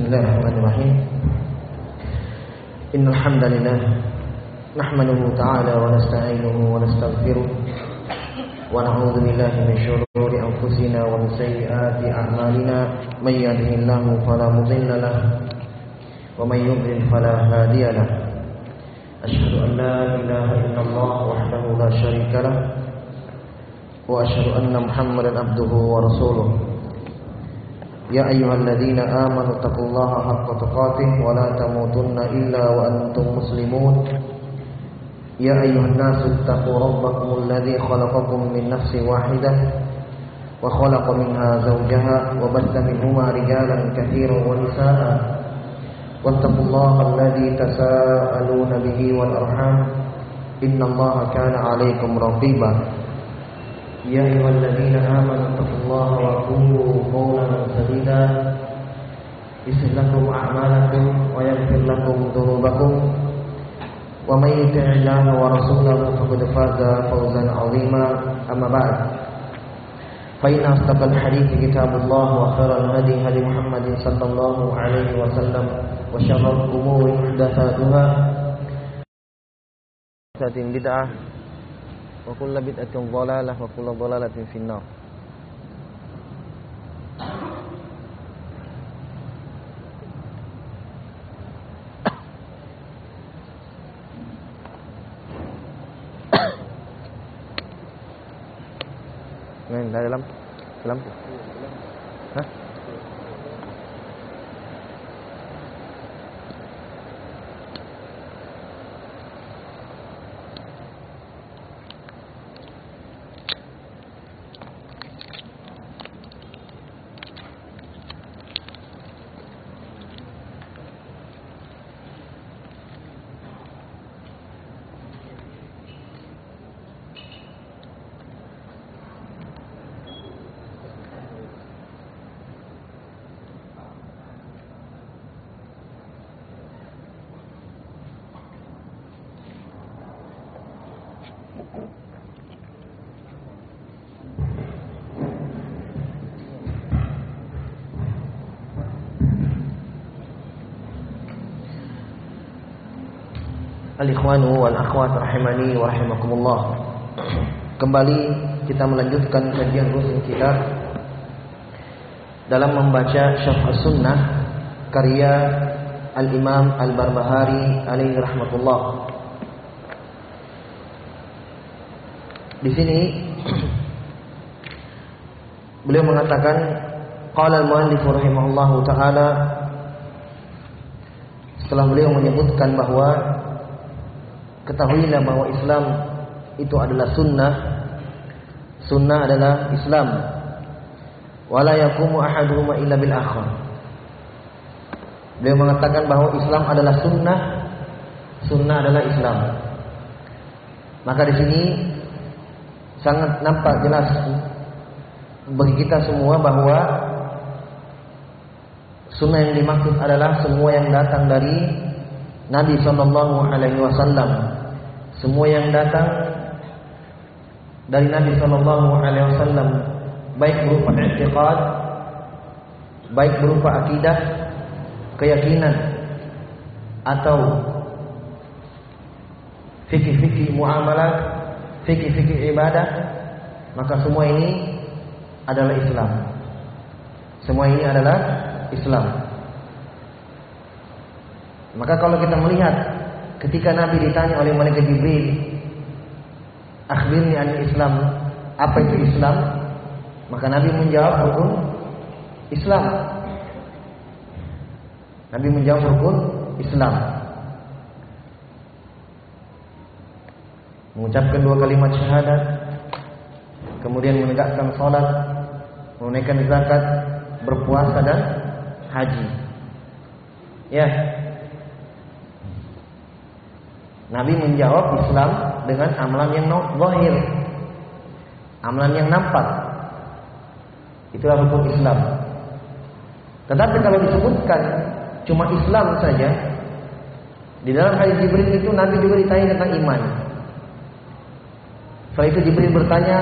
Bismillahirrahmanirrahim. Innal hamdalillah nahmaduhu ta'ala wa nasta'inuhu wa nastaghfiruh wa na'udzu billahi min shururi anfusina wa min sayyiati a'malina may yahdihillahu fala mudilla lahu wa may yudlil fala hadiya lahu. Asyhadu an la ilaha illallah wahdahu la syarika lahu wa asyhadu anna Muhammadan abduhu wa rasuluh. Ya ayyuhalladzina amanu taqullaha haqqa tuqatih wa la tamutunna illa wa antum muslimun. Ya ayyuhan nasu ittaqu rabbakumul ladzi khalaqakum min nafsin wahidah wa khalaqa minha zawjaha wa batha minhuma rijalan katsiran wa nisaa'a. Wattaqullaha alladzi tasaaluna bihi wal arham innallaha kana 'alaikum raqiba. Ya ayyuhalladzina amanu taqullaha wa qulu qawlan sadida yuslih lakum a'malakum wa yaghfir lakum dhunubakum wa may yuti'illaha wa rasulahu faqad faza fawzan 'azima. Amma ba'd, fa inna asdaqal hadithi kitabullah wa khairal hadi hadi Muhammadin sallallahu alaihi wasallam wa syarrul umuri muhdatsatuha bid'ah wa kullu bid'atin dhalalah wa kullu dhalalatin finnar. Dalam lampu. Hah? Al-ikhwanu wal akhwat rahimani wa rahimakumullah. Kembali kita melanjutkan kajian rutin kita dalam membaca Syarh As-Sunnah karya Al-Imam Al-Barbahari alaihi rahmatullah. Di sini beliau mengatakan qala al-muallif rahimahullahu taala, setelah beliau menyebutkan bahwa ketahuilah bahwa Islam itu adalah sunnah. Sunnah adalah Islam. Wala yaqumu ahaduhuma illa bil akhar. Beliau mengatakan bahwa Islam adalah sunnah. Sunnah adalah Islam. Maka di sini sangat nampak jelas bagi kita semua bahwa sunnah yang dimaksud adalah semua yang datang dari Nabi sallallahu alaihi wasallam. Semua yang datang dari Nabi sallallahu alaihi wasallam, baik berupa i'tiqad, baik berupa akidah, keyakinan, atau fikih-fikih muamalat, fikih-fikih ibadah, maka semua ini adalah Islam. Semua ini adalah Islam. Maka kalau kita melihat ketika Nabi ditanya oleh malaikat Jibril, akhbirni anil Islam, apa itu Islam? Maka Nabi menjawab rukun Islam. Nabi menjawab rukun Islam. Mengucapkan 2 kalimat syahadat, kemudian menegakkan salat, menunaikan zakat, berpuasa dan haji. Ya. Nabi menjawab Islam dengan amalan yang zahir, amalan yang nampak. Itulah rukun Islam. Tetapi kalau disebutkan cuma Islam saja, di dalam hadis Jibril itu Nabi juga ditanya tentang iman. Setelah itu Jibril bertanya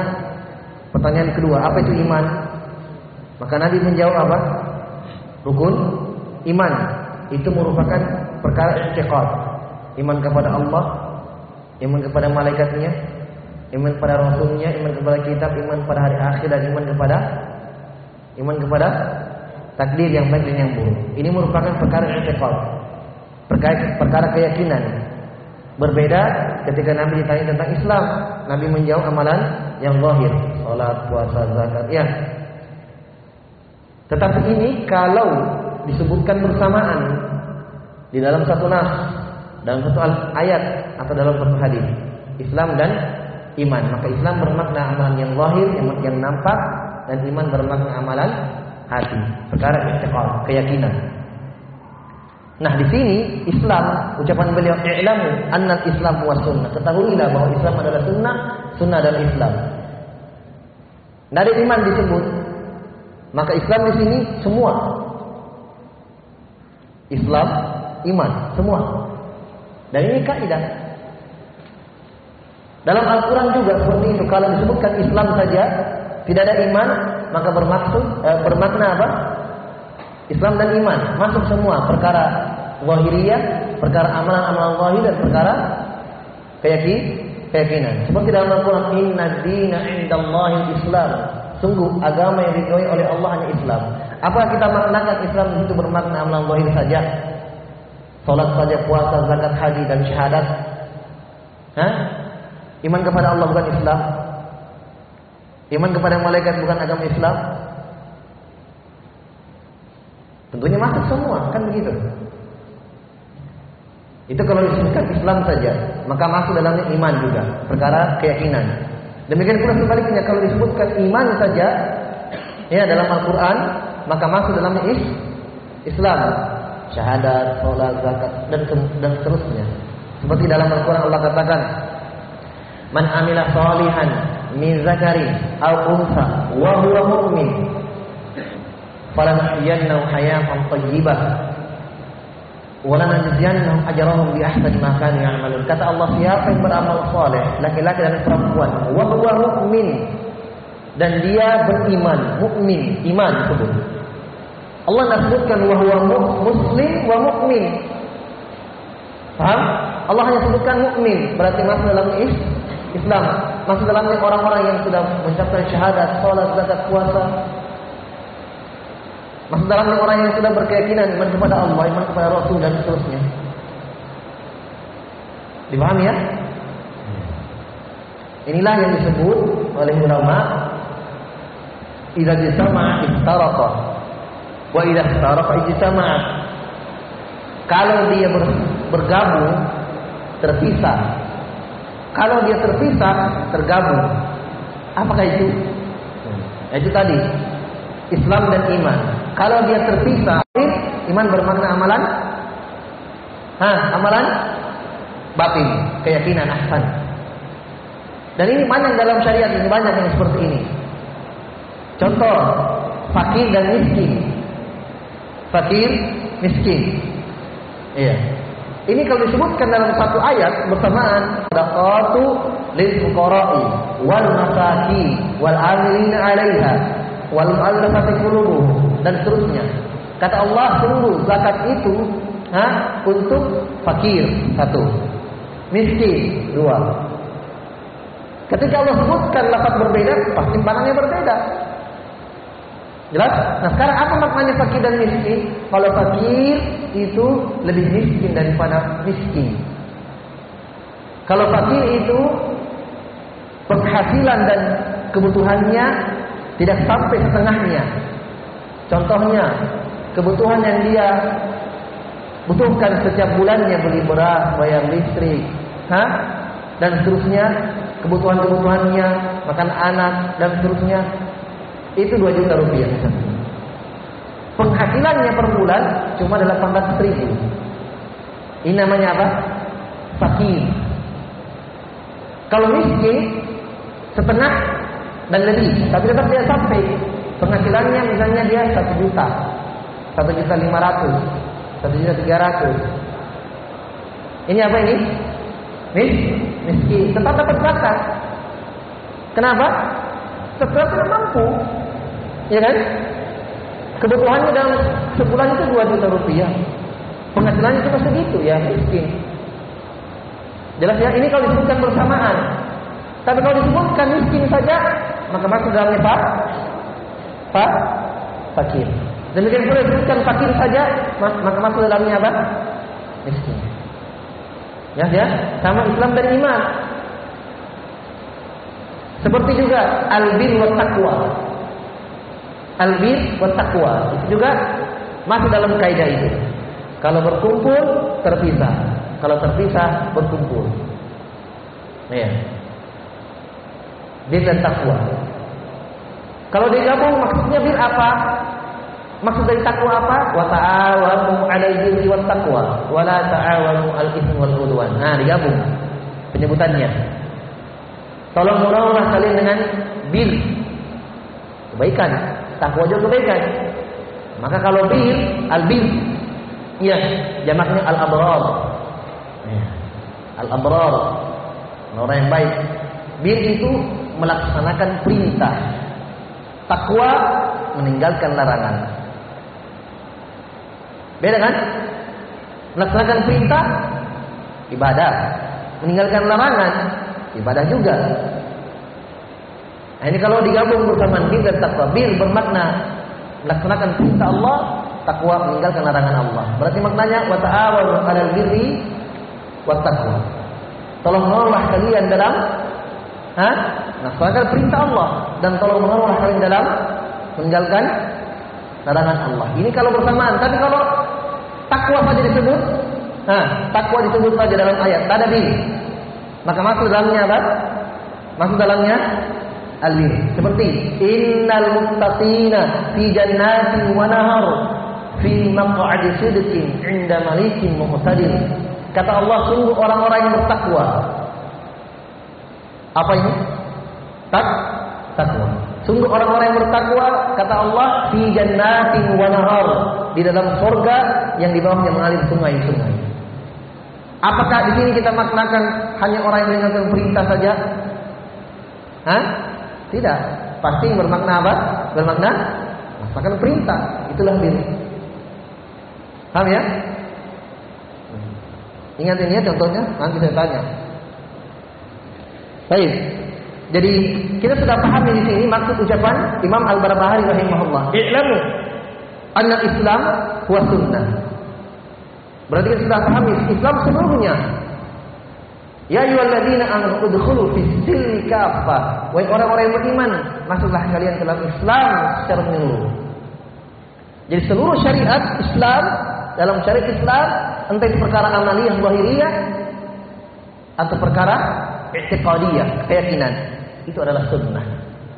pertanyaan kedua, apa itu iman? Maka Nabi menjawab apa? Rukun Iman itu merupakan perkara i'tiqad. Iman kepada Allah, iman kepada malaikatnya, iman kepada rasulnya, iman kepada kitab, iman pada hari akhir, dan iman kepada takdir yang baik dan yang buruk. Ini merupakan perkara i'tiqad, perkara keyakinan. Berbeda ketika Nabi ditanya tentang Islam, Nabi menjawab amalan yang zahir, salat, puasa, zakat, ya. Tetapi ini kalau disebutkan bersamaan di dalam satu nas, dalam satu ayat atau dalam satu hadis, Islam dan iman, maka Islam bermakna amalan yang zahir, yang nampak, dan iman bermakna amalan hati, perkara i'tiqad, keyakinan. Nah, di sini Islam, ucapan beliau, i'lamu annal Islam wa sunnah. Ketahuilah bahwa Islam adalah sunnah adalah Islam. Dari iman disebut, maka Islam di sini semua. Islam, iman, semua. Dan ini kaidah. Dalam Al-Quran juga seperti itu. Kalau disebutkan Islam saja, tidak ada iman, maka bermakna apa? Islam dan iman masuk semua, perkara zahiriyah, perkara amalan-amalan zahir, dan perkara keyakinan. Seperti dalam Al-Quran, inna dina indallahil Islam. Sungguh agama yang diridhoi oleh Allah hanya Islam. Apakah kita maknakan Islam itu bermakna amalan zahir saja? Salat saja, puasa, zakat, haji, dan syahadat? Iman kepada Allah bukan Islam? Iman kepada malaikat bukan agama Islam? Tentunya masuk semua, kan begitu. Itu kalau disebutkan Islam saja, maka masuk dalamnya iman juga, perkara keyakinan. Demikian pula sebaliknya, kalau disebutkan iman saja, ya dalam Al-Quran, maka masuk dalamnya Islam, syahadat, salat, zakat, dan seterusnya. Seperti dalam Al-Quran Allah katakan, man amila shalihan min zakarin aw unsa wa huwa mu'min falanahyiyannahu hayatan thayyibah wa lanajziyannahum ajrahum bi ahsani ma kanu ya'malun. Kata Allah, siapa yang beramal saleh, laki-laki dan perempuan, wa huwa mu'min, dan dia beriman, mukmin, iman sebut. Allah tidak sebutkan wa huwa muslim wa mu'min. Paham? Allah hanya sebutkan mukmin, berarti masuk dalam Islam, masuk dalamnya orang-orang yang sudah mencapai syahadat, salat, zakat, puasa. Masuk dalamnya orang yang sudah berkeyakinan, iman kepada Allah, iman kepada Rasul, dan seterusnya. Dipahami ya? Inilah yang disebut oleh ulama, idza ijtama'a iftaraqa wa idza iftaraqa ijtama'a. Kalau dia bergabung, terpisah. Kalau dia terpisah, tergabung. Apakah itu? Itu tadi Islam dan iman. Kalau dia terpisah, iman bermakna amalan, amalan batin, keyakinan, ahsan. Dan ini banyak dalam syariat, ini banyak yang seperti ini. Contoh, fakir dan miskin. Fakir, miskin. Iya. Ini kalau disebutkan dalam satu ayat bersamaan, sadaqatu lil fuqara'i wal masakin wal 'amilina 'alaiha wal mu'allafati qulubuhum, dan seterusnya. Kata Allah, sungguh zakat itu untuk fakir, satu, miskin, dua. Ketika Allah sebutkan lafaz berbeda, pasti maknanya berbeda. Jelas? Nah, sekarang apa maknanya fakir dan miskin? Kalau fakir itu lebih miskin daripada miskin. Kalau fakir itu penghasilan dan kebutuhannya tidak sampai setengahnya. Contohnya, kebutuhan yang dia butuhkan setiap bulannya, beli beras, bayar listrik, dan seterusnya, kebutuhan-kebutuhannya, makan anak, dan seterusnya, itu 2 juta rupiah misalnya. Penghasilannya per bulan cuma 800.000. Ini namanya apa? Fakir. Kalau miskin, setengah dan lebih, tapi tetap dia sampai. Penghasilannya misalnya dia 1 juta, 1.500.000, 1.300.000. Ini apa ini? Miskin. Tetap dapat zakat. Kenapa? Setelah tidak mampu, ya kan? Kebutuhannya dalam sebulan itu 2 juta rupiah. Penghasilannya cuma segitu, ya miskin. Jelas ya, ini kalau disebutkan bersamaan. Tapi kalau disebutkan miskin saja, maka masuk dalamnya fakir. Demikian pula disebutkan fakir saja, maka masuk dalamnya apa? Miskin. Ya, sama Islam dan iman. Seperti juga al-bir wa taqwa. Al-bir wa taqwa itu juga masuk dalam kaidah itu. Kalau berkumpul terpisah, kalau terpisah berkumpul. Ya. Bir dan taqwa. Kalau digabung maksudnya bir apa? Maksud dari takwa apa? Wa ta'awanu 'alal birri wat taqwa wa la ta'awanu 'alal itsmi wal 'udwan. Nah, digabung penyebutannya. Tolong-menolonglah kalian dengan bir, kebaikan, takwa juga kebaikan. Maka kalau bir, al-bir, iya, jamaknya al-abrar. Ya. Al-abrar, orang yang baik. Bir itu melaksanakan perintah. Takwa meninggalkan larangan. Beda kan? Melaksanakan perintah ibadah, meninggalkan larangan ibadah juga. Nah, ini kalau digabung bersamaan bir dan takwa. Bir bermakna melaksanakan perintah Allah, takwa meninggalkan larangan Allah. Berarti maknanya wa ta'awanu 'alal birri wat taqwa. Tolong-menolonglah kalian dalam melaksanakan perintah Allah dan tolong-menolonglah kalian dalam meninggalkan larangan Allah. Ini kalau bersamaan. Tapi kalau takwa saja disebut, takwa disebut saja dalam ayat, tak ada bir, maka masuk dalamnya apa? Masuk dalamnya al-bir. Seperti innal muttaqina fi jannatin wa nahar fi maq'adi sidqin 'inda malikin muqtadir. Kata Allah, sungguh orang-orang yang bertakwa. Apa ini? Takwa. Sungguh orang-orang yang bertakwa, kata Allah, fi jannatin wa nahar, di dalam surga yang di bawahnya mengalir sungai-sungai. Apakah di sini kita maknakan hanya orang yang meninggalkan perintah saja? Tidak. Pasti bermakna apa? Bermakna melaksanakan perintah. Itulah bir. Paham ya? Ingat ini ya contohnya, nanti saya tanya. Baik. Jadi kita sudah paham di sini maksud ucapan Imam Al-Barbahari rahimahullah. I'lamu anna Islam huwa sunnah. Berarti kita sudah paham Islam seluruhnya. Ya ayyuhalladzina amanu udkhulu fis-silmi kaffah. Wahai orang-orang yang beriman, masuklah kalian ke dalam Islam secara menyeluruh. Jadi seluruh syariat Islam, dalam syariat Islam, entah itu perkara amaliyah zahiriyah atau perkara i'tiqadiyah, keyakinan, itu adalah sunnah.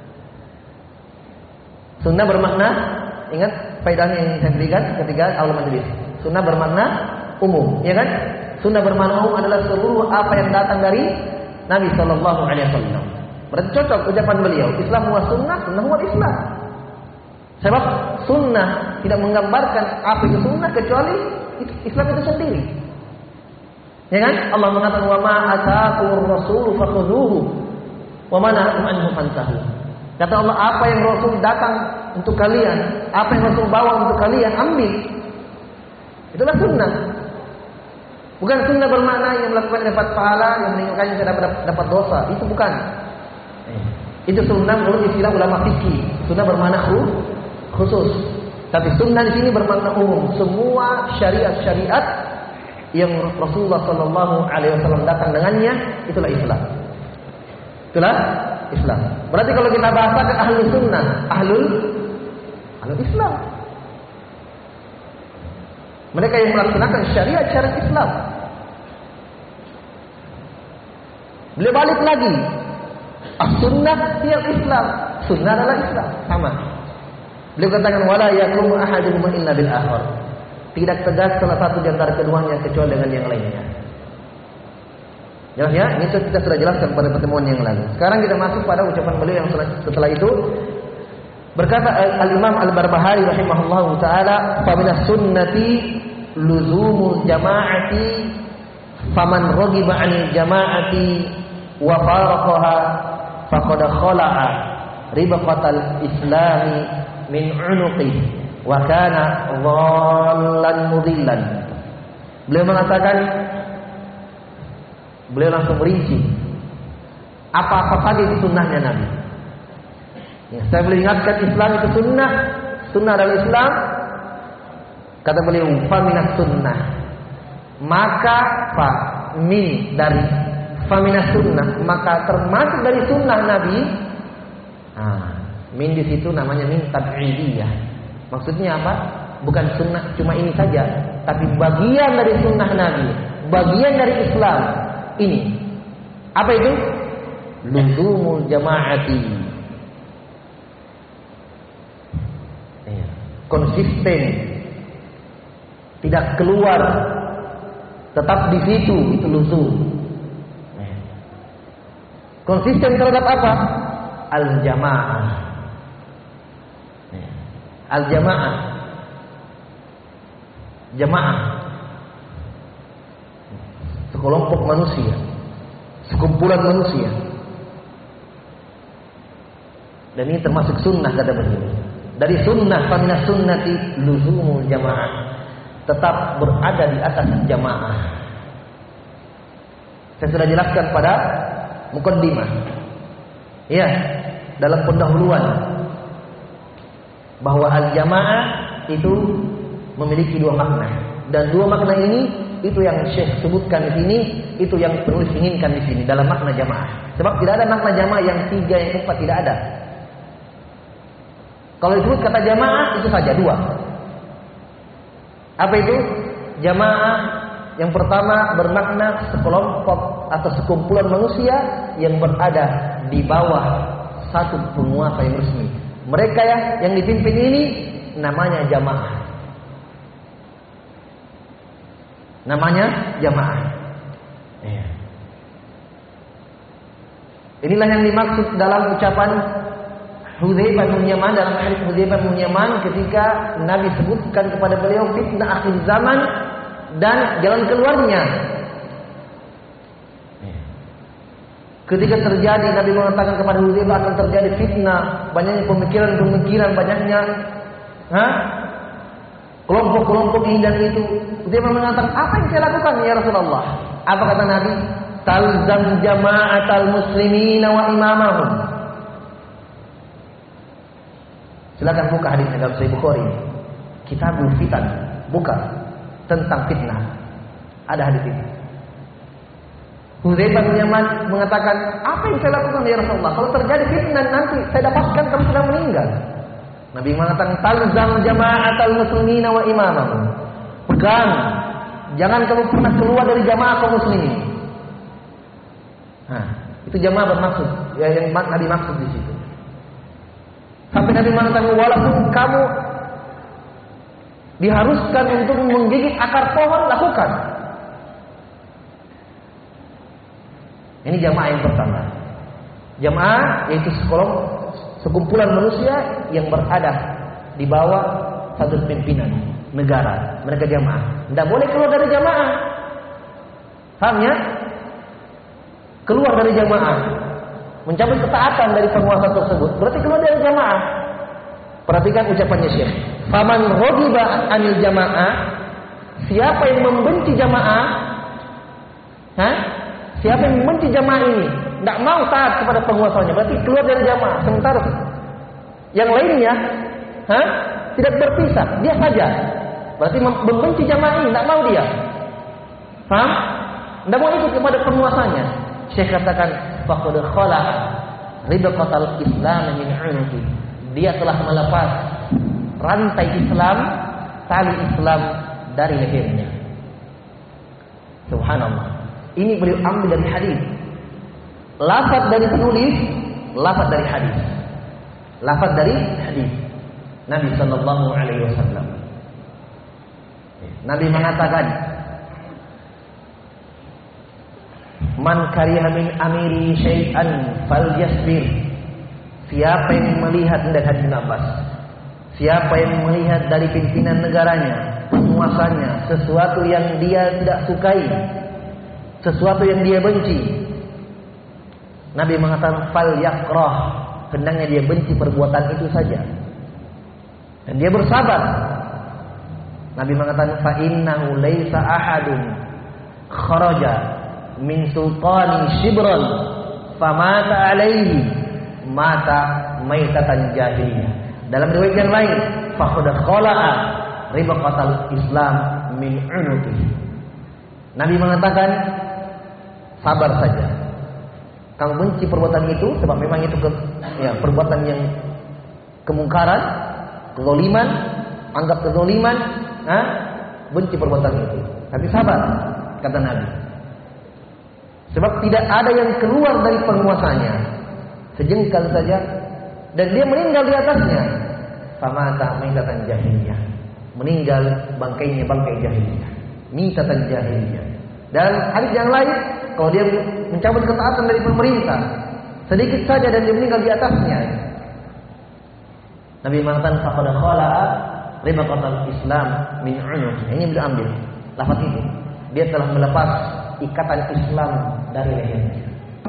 Sunnah bermakna, ingat faedahnya yang saya berikan ketika awal majelis. Sunnah bermakna umum, ya kan? Sunnah bermakna umum adalah seluruh apa yang datang dari Nabi Sallallahu Alaihi Wasallam. Berarti cocok ucapan beliau. Islam huwa sunnah, sunnah huwa Islam. Sebab sunnah tidak menggambarkan apa itu sunnah kecuali Islam itu sendiri. Ya kan? Allah mengatakan wa ma ataakumur rasul fakhudhuhu wa ma nahakum anhu fantahu. Kata Allah, apa yang Rasul datang untuk kalian, apa yang Rasul bawa untuk kalian, ambil. Itulah sunnah. Bukan sunnah bermakna yang melakukan dapat pahala, yang meninggalkannya tidak dapat dosa. Itu bukan. Itu sunnah menurut istilah ulama fikih. Sunnah bermakna khusus. Tapi sunnah di sini bermakna umum. Semua syariat-syariat yang Rasulullah Sallallahu Alaihi Wasallam datang dengannya, itulah Islam. Itulah Islam. Berarti kalau kita bahasakan ahlu sunnah, ahlul Islam. Mereka yang melaksanakan syariat-syariat Islam. Beliau balik lagi. As-sunnah hiya Islam. Sunnah adalah Islam. Sama. Beliau katakan wala yaqumu ahaduhum illa bil akhar. Tidak tegas salah satu di antara keduanya kecuali dengan yang lainnya. Jelas ya? Ini kita sudah jelaskan pada pertemuan yang lalu. Sekarang kita masuk pada ucapan beliau yang setelah itu. Berkata Al-Imam Al-Barbahari rahimahullahu taala, "Fa minas sunnati luzumul jama'ati faman raghiba 'anil jama'ati wa faraqaha faqad khala'a ribqatal islami min 'unuqi Wa kana dhallan mudillan. Beliau mengatakan, beliau langsung merinci apa-apa saja itu sunnahnya Nabi. Ya, saya boleh ingatkan Islam itu sunnah. Sunnah adalah Islam. Kata beliau, faminas sunnah. Maka min dari faminas sunnah, maka termasuk dari sunnah Nabi. Min di situ namanya min tab'idiyah. Maksudnya apa? Bukan sunnah cuma ini saja, tapi bagian dari sunnah Nabi, bagian dari Islam. Ini apa itu? Luzumul jamaati. Konsisten, tidak keluar, tetap di situ, itu luzum. Konsisten terhadap apa? Al-jamaah. Al-jamaah. Jamaah. Sekelompok manusia, sekumpulan manusia. Dan ini termasuk sunnah kata beliau. Dari sunnah, faminas sunnati luzumul jamaah. Tetap berada di atas jamaah. Saya sudah jelaskan pada muqaddimah. Ya, dalam pendahuluan bahwa al-jamaah itu memiliki dua makna, dan dua makna ini itu yang Syekh sebutkan di sini, itu yang penulis inginkan di sini dalam makna jamaah. Sebab tidak ada makna jamaah yang 3, yang 4, tidak ada. Kalau disebut kata jamaah itu saja 2. Apa itu? Jamaah yang pertama bermakna sekelompok atau sekumpulan manusia yang berada di bawah satu penguasa yang resmi. Mereka yang dipimpin ini namanya jamaah. Namanya jamaah. Inilah yang dimaksud dalam ucapan Hudzaifah bin Yaman, dalam hadis Hudzaifah bin Yaman ketika Nabi sebutkan kepada beliau fitnah akhir zaman dan jalan keluarnya. Ketika terjadi, Nabi mengatakan kepada Hudzaifah akan terjadi fitnah, banyaknya pemikiran-pemikiran, banyaknya kelompok-kelompok ini dan itu. Hudzaifah mengatakan, apa yang saya lakukan ya Rasulullah? Apa kata Nabi? Talzam jama'atal muslimina wa imamahum. Silakan buka hadisnya dalam Sahih Bukhari. Kitabul Fitan, buka tentang fitnah. Ada hadis ini. Hudzaifah bin Yaman mengatakan, apa yang saya lakukan ya Rasulullah? Kalau terjadi fitnah nanti saya dapatkan kamu sudah meninggal. Nabi mengatakan, talzam jama'atal muslimina wa imamahum. Pegang, jangan kamu pernah keluar dari jamaah kaum muslimin. Itu jamaah bermaksud, yang Nabi maksud di situ. Sampai Nabi mengatakan, walaupun kamu diharuskan untuk menggigit akar pohon, lakukan. Ini jamaah yang pertama. Jamaah yaitu sekumpulan manusia yang berada di bawah satu pimpinan negara. Mereka jamaah. Tidak boleh keluar dari jamaah. Paham ya? Keluar dari jamaah, mencabut ketaatan dari penguasa tersebut, berarti keluar dari jamaah. Perhatikan ucapannya Syekh. Faman ghadiba anil jamaah, siapa yang membenci jamaah? Siapa yang membenci jamaah ini, tidak mau taat kepada penguasanya, berarti keluar dari jamaah. Sementara yang lainnya tidak berpisah, dia saja. Berarti membenci jamaah ini, tidak mau dia. Paham? Tidak mau ikut kepada penguasanya. Syekh katakan, faqad khala'a ribqatal Islam min 'unuqi. Dia telah melepas rantai Islam, tali Islam dari lehernya. Subhanallah. Ini beliau ambil dari hadis. Lafaz dari penulis, lafaz dari hadis. Lafaz dari hadis Nabi sallallahu alaihi wasallam. Nabi mengatakan, man kariha min amiri syai'an falyasbir. Siapa yang melihat dari hadis Abbas, siapa yang melihat dari pimpinan negaranya, penguasanya, sesuatu yang dia tidak sukai, sesuatu yang dia benci, Nabi mengatakan falyakrah, hendaknya dia benci perbuatan itu saja. Dan dia bersabar. Nabi mengatakan fa innahu laisa ahadun kharaja min sultani shibran famata alaihi mata maitatan jahiliyah. Dalam riwayat yang lain, faqad khala'a ribaqatal Islam min unuqihi. Nabi mengatakan, sabar saja. Kamu benci perbuatan itu sebab memang itu perbuatan yang kemungkaran, kezaliman, anggap kezaliman, benci perbuatan itu. Tapi sabar, kata Nabi. Sebab tidak ada yang keluar dari penguasanya, sejengkal saja, dan dia meninggal di atasnya. Famata maitatan jahiliyah, meninggal bangkainya bangkai jahiliyah, mitatan jahiliyah. Dan hadis yang lain, kalau dia mencabut ketaatan dari pemerintah sedikit saja dan dia meninggal di atasnya, Nabi mengatakan faqad khala'a ribaqatal Islam min unuq. Ini beliau ambil lafaz itu. Dia telah melepas ikatan Islam dari lehernya.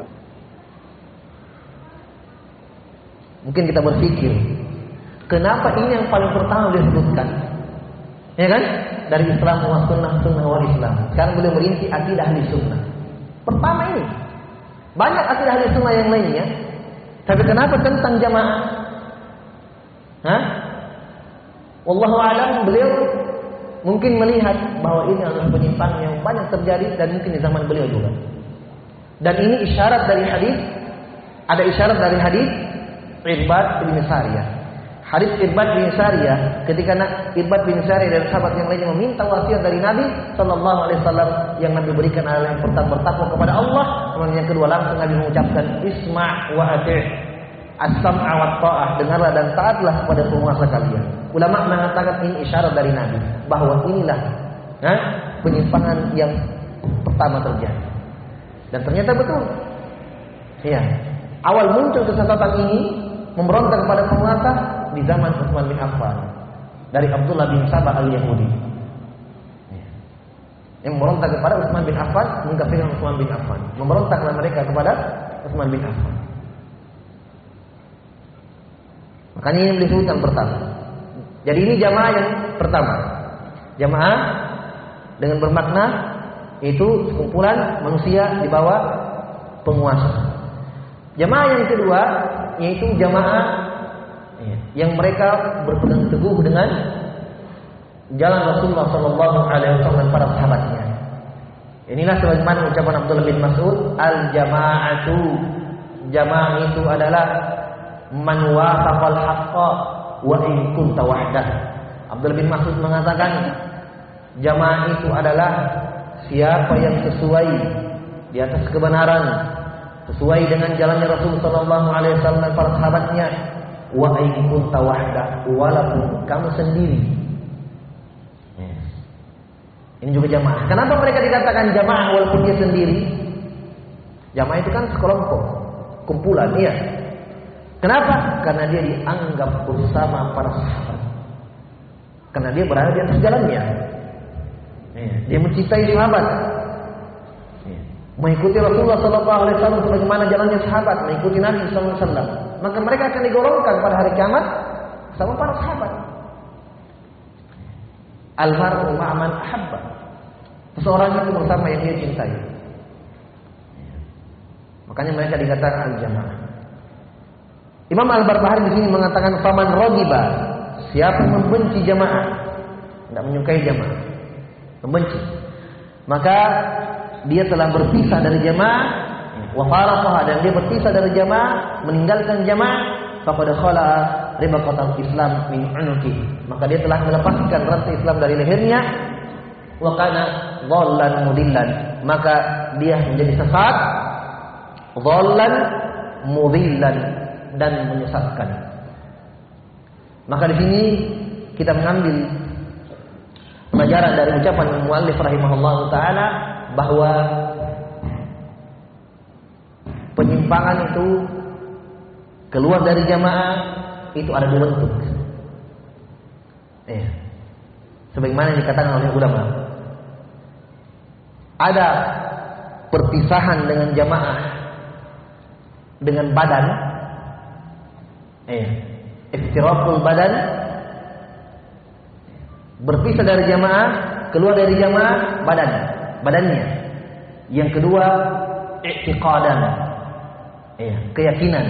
Mungkin kita berpikir, kenapa ini yang paling pertama disebutkan? Ya kan? Dari Islam wa sunnah, sunnah wal Islam. Sekarang beliau merinci akidah ahli sunnah. Pertama ini. Banyak akidah ahli sunnah yang lainnya. Tapi kenapa tentang jamaah? Wallahu a'lam, beliau mungkin melihat bahwa ini adalah penyimpangan yang banyak terjadi dan mungkin di zaman beliau juga. Dan ini isyarat dari hadis, ada isyarat dari hadis Irbad bin Sariyah. Hadis Irbad bin Sariyah, ketika Irbad bin Sariyah dan sahabat yang lainnya meminta wasiat dari Nabi sallallahu alaihi wasallam, yang Nabi berikan adalah yang pertama bertakwa kepada Allah, kemudian yang kedua langsung Nabi mengucapkan isma' wa ati', as-sam'a wa ta'ah, dengarlah dan taatlah kepada penguasa kalian. Ulama mengatakan ini isyarat dari Nabi bahwa inilah penyimpangan yang pertama terjadi. Dan ternyata betul. Ya. Awal muncul kesesatan ini memberontak kepada penguasa di zaman Utsman bin Affan dari Abdullah bin Sabah al-Yahudi. Yang memberontak kepada Utsman bin Affan, mengkafirkan Utsman bin Affan. Memberontaklah mereka kepada Utsman bin Affan. Makanya ini disebutkan pertama. Jadi ini jamaah yang pertama. Jamaah dengan bermakna itu sekumpulan manusia di bawah penguasa. Jamaah yang kedua yaitu jamaah yang mereka berpegang teguh dengan jalan Rasulullah sallallahu alaihi wasallam dan para sahabatnya. Inilah sebagaimana ucapan Abdullah bin Mas'ud, al-jama'atu, jamaah itu adalah man wafaqal haqqa wa in kunta wahdah. Abdullah bin Mas'ud mengatakan jamaah itu adalah siapa yang sesuai di atas kebenaran, sesuai dengan jalannya Rasulullah sallallahu alaihi wasallam dan para sahabatnya, wa in kunta wahdah, walaupun kamu sendiri. Ini juga jamaah. Kenapa mereka dikatakan jamaah walaupun dia sendiri? Jamaah itu kan sekelompok, kumpulan, iya. Kenapa? Karena dia dianggap bersama para sahabat. Karena dia berada di atas jalannya. Dia mencintai sahabat. Mengikuti Rasulullah sallallahu alaihi wasallam sebagaimana jalannya sahabat, mengikuti Nabi sallallahu alaihi wasallam. Maka mereka akan digolongkan pada hari kiamat sama para sahabat. Al-mar'u ma'a man ahabba. Seseorang itu bersama yang dia cintai. Makanya mereka dikatakan al-jamaah. Imam Al-Barbahari di sini mengatakan faman raghiba, siapa yang membenci jamaah, tidak menyukai jamaah, membenci, maka dia telah berpisah dari jamaah, wa faraqaha, dan dia berpisah dari jamaah, meninggalkan jamaah, faqad khala'a ribaqatal Islam min unuqihi, maka dia telah melepaskan rantai Islam dari lehernya, wa kana dhallan mudillan, maka dia menjadi sesat, dhallan mudillan, dan menyesatkan. Maka di sini kita mengambil pelajaran dari ucapan muallif rahimahullahu taala bahwa penyimpangan itu keluar dari jamaah itu ada dua bentuk. Sebagaimana dikatakan oleh ulama, ada perpisahan dengan jamaah dengan badan, iftiraqul badan Berpisah dari jamaah, keluar dari jamaah badannya. Yang kedua, i'tiqadan. Keyakinan.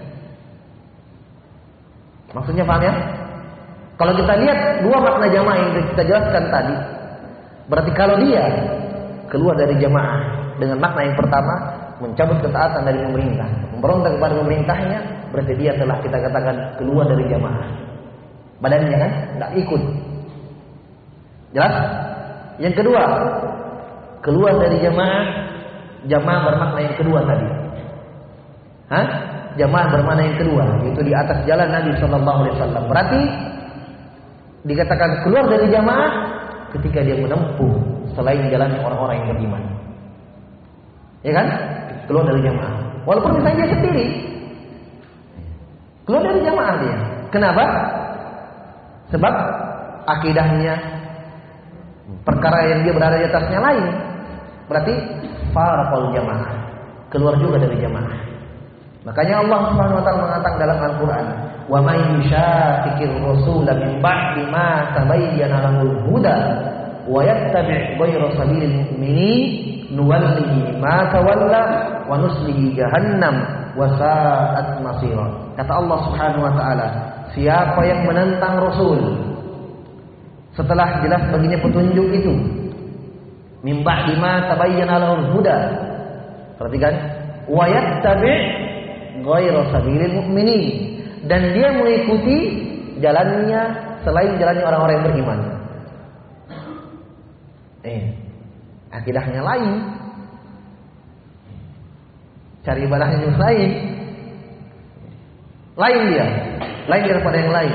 Maksudnya paham ya? Kalau kita lihat dua makna jamaah yang kita jelaskan tadi, berarti kalau dia keluar dari jamaah dengan makna yang pertama, mencabut ketaatan dari pemerintah, memberontak kepada pemerintahnya, berarti dia telah kita katakan keluar dari jamaah. Badannya kan nggak ikut. Jelas? Yang kedua, keluar dari jamaah bermakna yang kedua tadi. Jamaah bermakna yang kedua, yaitu di atas jalan Nabi Sallallahu Alaihi Wasallam. Berarti dikatakan keluar dari jamaah ketika dia menempuh selain jalan orang-orang yang beriman. Ya kan? Keluar dari jamaah. Walaupun misalnya dia sendiri, keluar dari jamaah dia. Kenapa? Sebab akidahnya, perkara yang dia berada di atasnya lain. Berarti farqul jamaah, keluar juga dari jamaah. Makanya Allah Subhanahu wa taala mengatakan dalam Al-Qur'an, "Wa may yushaqiqir rasula min ba'di ma tabayyana lahul huda wa yattabi' ghayra sabilil mu'minin nuwallihi ma tawalla wa nuslihi jahannam wa sa'at masira." Kata Allah Subhanahu wa taala, siapa yang menentang Rasul setelah jelas baginya petunjuk itu, min ba'di ma tabayyana lahul huda. Perhatikan, wa yattabi' ghayra sabilil mu'minin, dan dia mengikuti jalannya selain jalannya orang-orang yang beriman. Akidahnya lain, cari ibadahnya juga lain dia, lain daripada yang lain.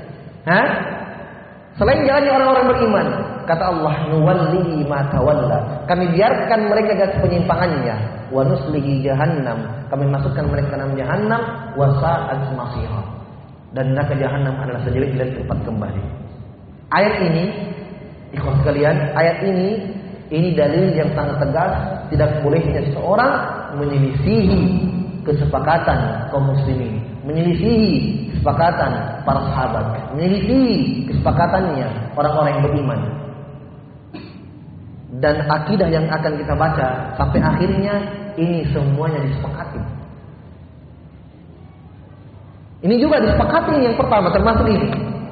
Selain jalannya orang-orang beriman, kata Allah, nuwallihi ma tawalla, kami biarkan mereka dari penyimpangannya, wa nuslihi jahannam, kami masukkan mereka ke dalam jahannam, wa sa'at masira, dan neraka jahannam adalah sejelek-jelek tempat kembali. Ayat ini, ikhwan sekalian, ayat ini dalil yang sangat tegas tidak bolehnya seseorang menyelisihi kesepakatan kaum muslimin, menyelisihi kesepakatan para sahabat, menyelisihi kesepakatannya orang-orang yang beriman. Dan akidah yang akan kita baca sampai akhirnya ini semuanya disepakati. Ini juga disepakati yang pertama, termasuk ini.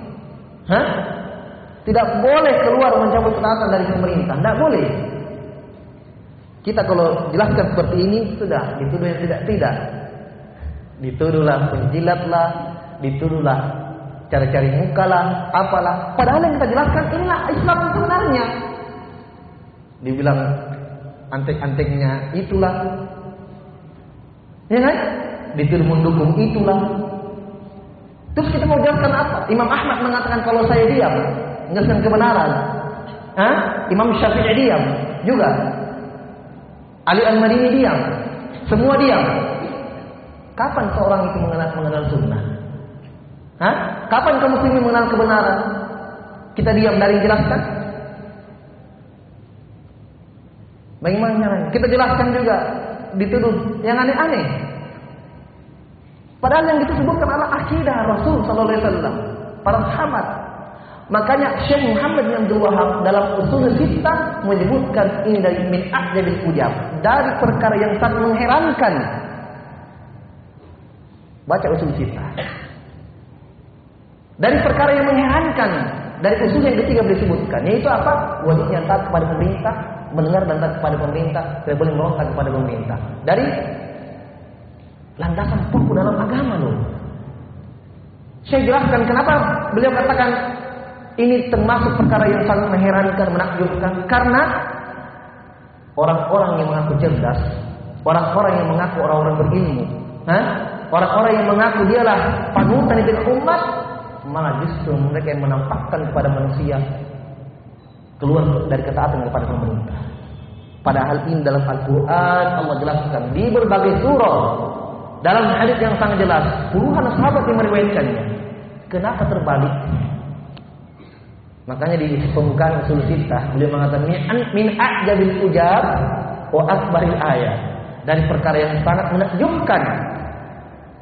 Tidak boleh keluar mencabut ketaatan dari pemerintah, tidak boleh. Kita kalau jelaskan seperti ini sudah dituduh yang tidak. Dituduhlah penjilatlah, dituduhlah cari-cari muka lah, apalah. Padahal yang kita jelaskan inilah Islam yang sebenarnya. Dibilang antek-anteknya itulah, ya kan? Dituduh mendukung itulah. Terus kita mau jelaskan apa? Imam Ahmad mengatakan kalau saya diam, menjelaskan kebenaran. Imam Syafi'i diam juga. Ali Al-Madini diam. Semua diam. Kapan seorang itu mengenal sunnah? Kapan kaum muslimin mengenal kebenaran? Kita diam dari jelaskan? Bagaimana caranya? Kita jelaskan juga, dituduh yang aneh-aneh. Padahal yang kita sebutkan adalah akidah Rasul sallallahu alaihi wasallam, para sahabat. Makanya Syekh Muhammad bin Abdul Wahab dalam Ushul Sittah menyebutkan ini dari min a'jabil ujab, dari perkara yang sangat mengherankan. Baca Ushul Sittah. Dari perkara yang mengherankan, dari usul yang ketiga disebutkan, yaitu apa? Wajibnya taat kepada pemerintah, mendengar dan taat kepada pemerintah, tidak boleh merontak kepada pemerintah. Dari landasan pokok dalam agama loh. Saya jelaskan kenapa beliau katakan ini termasuk perkara yang sangat mengherankan, menakjubkan, karena orang-orang yang mengaku cerdas, orang-orang yang mengaku orang-orang berilmu, orang-orang yang mengaku dialah panutan di tengah umat, malah justru mereka yang menampakkan kepada manusia keluar dari ketaatan kepada pemerintah. Padahal ini dalam Al-Quran Allah jelaskan di berbagai surah, dalam hadis yang sangat jelas, puluhan sahabat yang meriwayatkannya. Kenapa terbalik? Makanya di pembukaan Ushul Sittah beliau mengatakan min a'jabil ujab wa akbaril ayat, dari perkara yang sangat menakjubkan.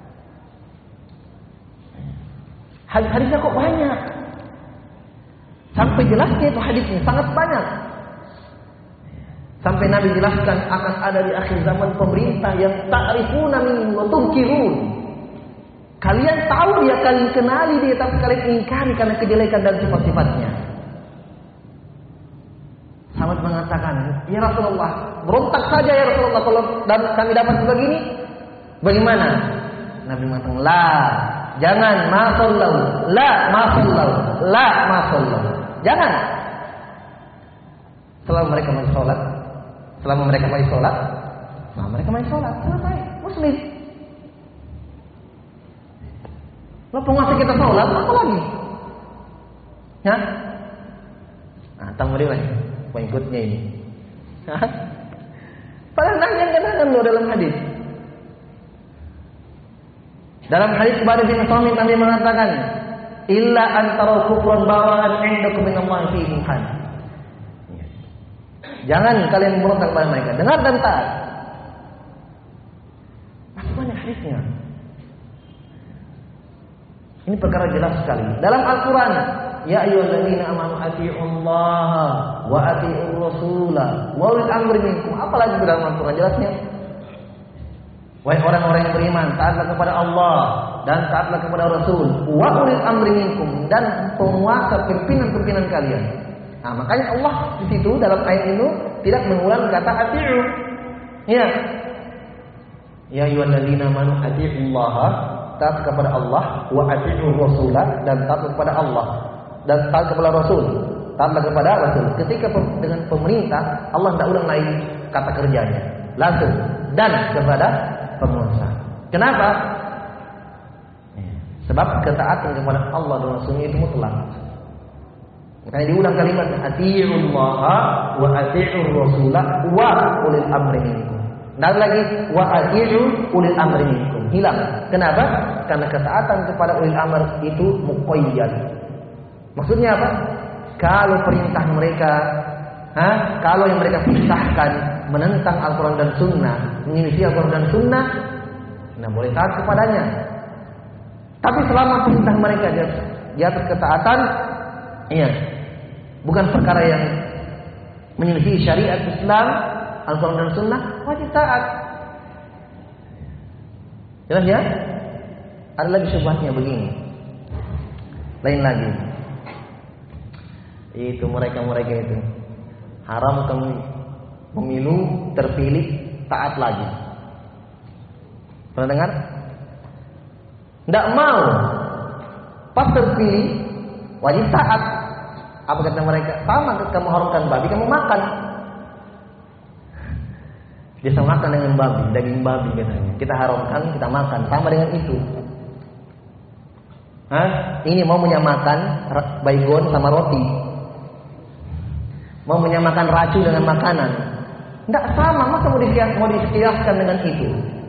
Hadis-hadisnya kok banyak. Sampai jelasnya itu hadisnya sangat banyak. Sampai Nabi jelaskan akan ada di akhir zaman pemerintah yang ta'rifuna minhu wa tunkirun. Kalian tahu dia, kalian kenali dia, tapi kalian ingkari karena kejelekan dan sifat-sifatnya. Sahabat mengatakan, ya Rasulullah, berontak saja ya Rasulullah kalau kami dapat begini. Bagaimana? Nabi mengatakan, la, jangan, ma sallau, la, ma sallau, la, ma sallau. Jangan. Selama mereka masih sholat, nah mereka masih sholat, selesai, muslim. Lo penguasa kita sholat, apa lagi? Ya? Nah, tamri lagi, pengikutnya ini. Padahal Nabi yang katakan lo dalam hadis. Dalam hadis Ubadah bin Samit Nabi mengatakan, illa antara kufran bawaan indakum minallahi fi imkan. Jangan kalian memberontak kepada mereka. Dengar dan taat. Masih banyak hadisnya. Ini perkara jelas sekali. Dalam Al-Quran, ya ayyuhalladzina amanu atii'ullaha wa atii'ur rasula wa ulil amri minkum. Apalagi dalam Al-Quran jelasnya? Wahai orang-orang yang beriman, taatlah kepada Allah dan taatlah kepada Rasul. Wa ulil amri minkum, dan penguasa pimpinan-pimpinan kalian. Nah, makanya Allah di situ dalam ayat itu tidak mengulang kata ati'u. Ya. Ya ayyuhalladzina amanu atii'ullaha, taat kepada Allah, wa atii'ur rasulah, dan taat kepada Allah dan taat kepada Rasul. Taatlah kepada Rasul. Ketika dengan pemerintah, Allah tidak ulang lagi kata kerjanya. Langsung dan kepada penguasa. Kenapa? Sebab ketaatan kepada Allah dan Rasulnya itu mutlak. Makanya diulang kalimat atii'ullaha wa atii'ur rasulah wa ulil amri minkum. Dan lagi wa atii'u ulil amri minkum. Hilang. Kenapa? Karena ketaatan kepada ulil amr itu muqayyad. Maksudnya apa? Kalau perintah mereka, kalau yang mereka pisahkan menentang Al-Quran dan Sunnah, menyelisih Al-Quran dan Sunnah, nah boleh taat kepadanya. Tapi selama perintah mereka di atas ketaatan, iya, bukan perkara yang menyelisih syariat Islam, Al-Quran dan Sunnah, wajib taat. Jelas ya? Ada lagi syubhatnya begini. Lain lagi. Itu mereka-mereka itu haram pemilu terpilih taat lagi. Pernah dengar? Tidak mau pas terpilih wajib taat. Apa kata mereka? Sama kamu haramkan babi, kamu makan. Dia sama makan dengan babi, daging babi katanya. Kita haramkan, kita makan, sama dengan itu. Ini mau menyamakan baygon sama roti. Mau menyamakan racun dengan makanan. Tidak sama, masa mau dikiaskan dengan itu?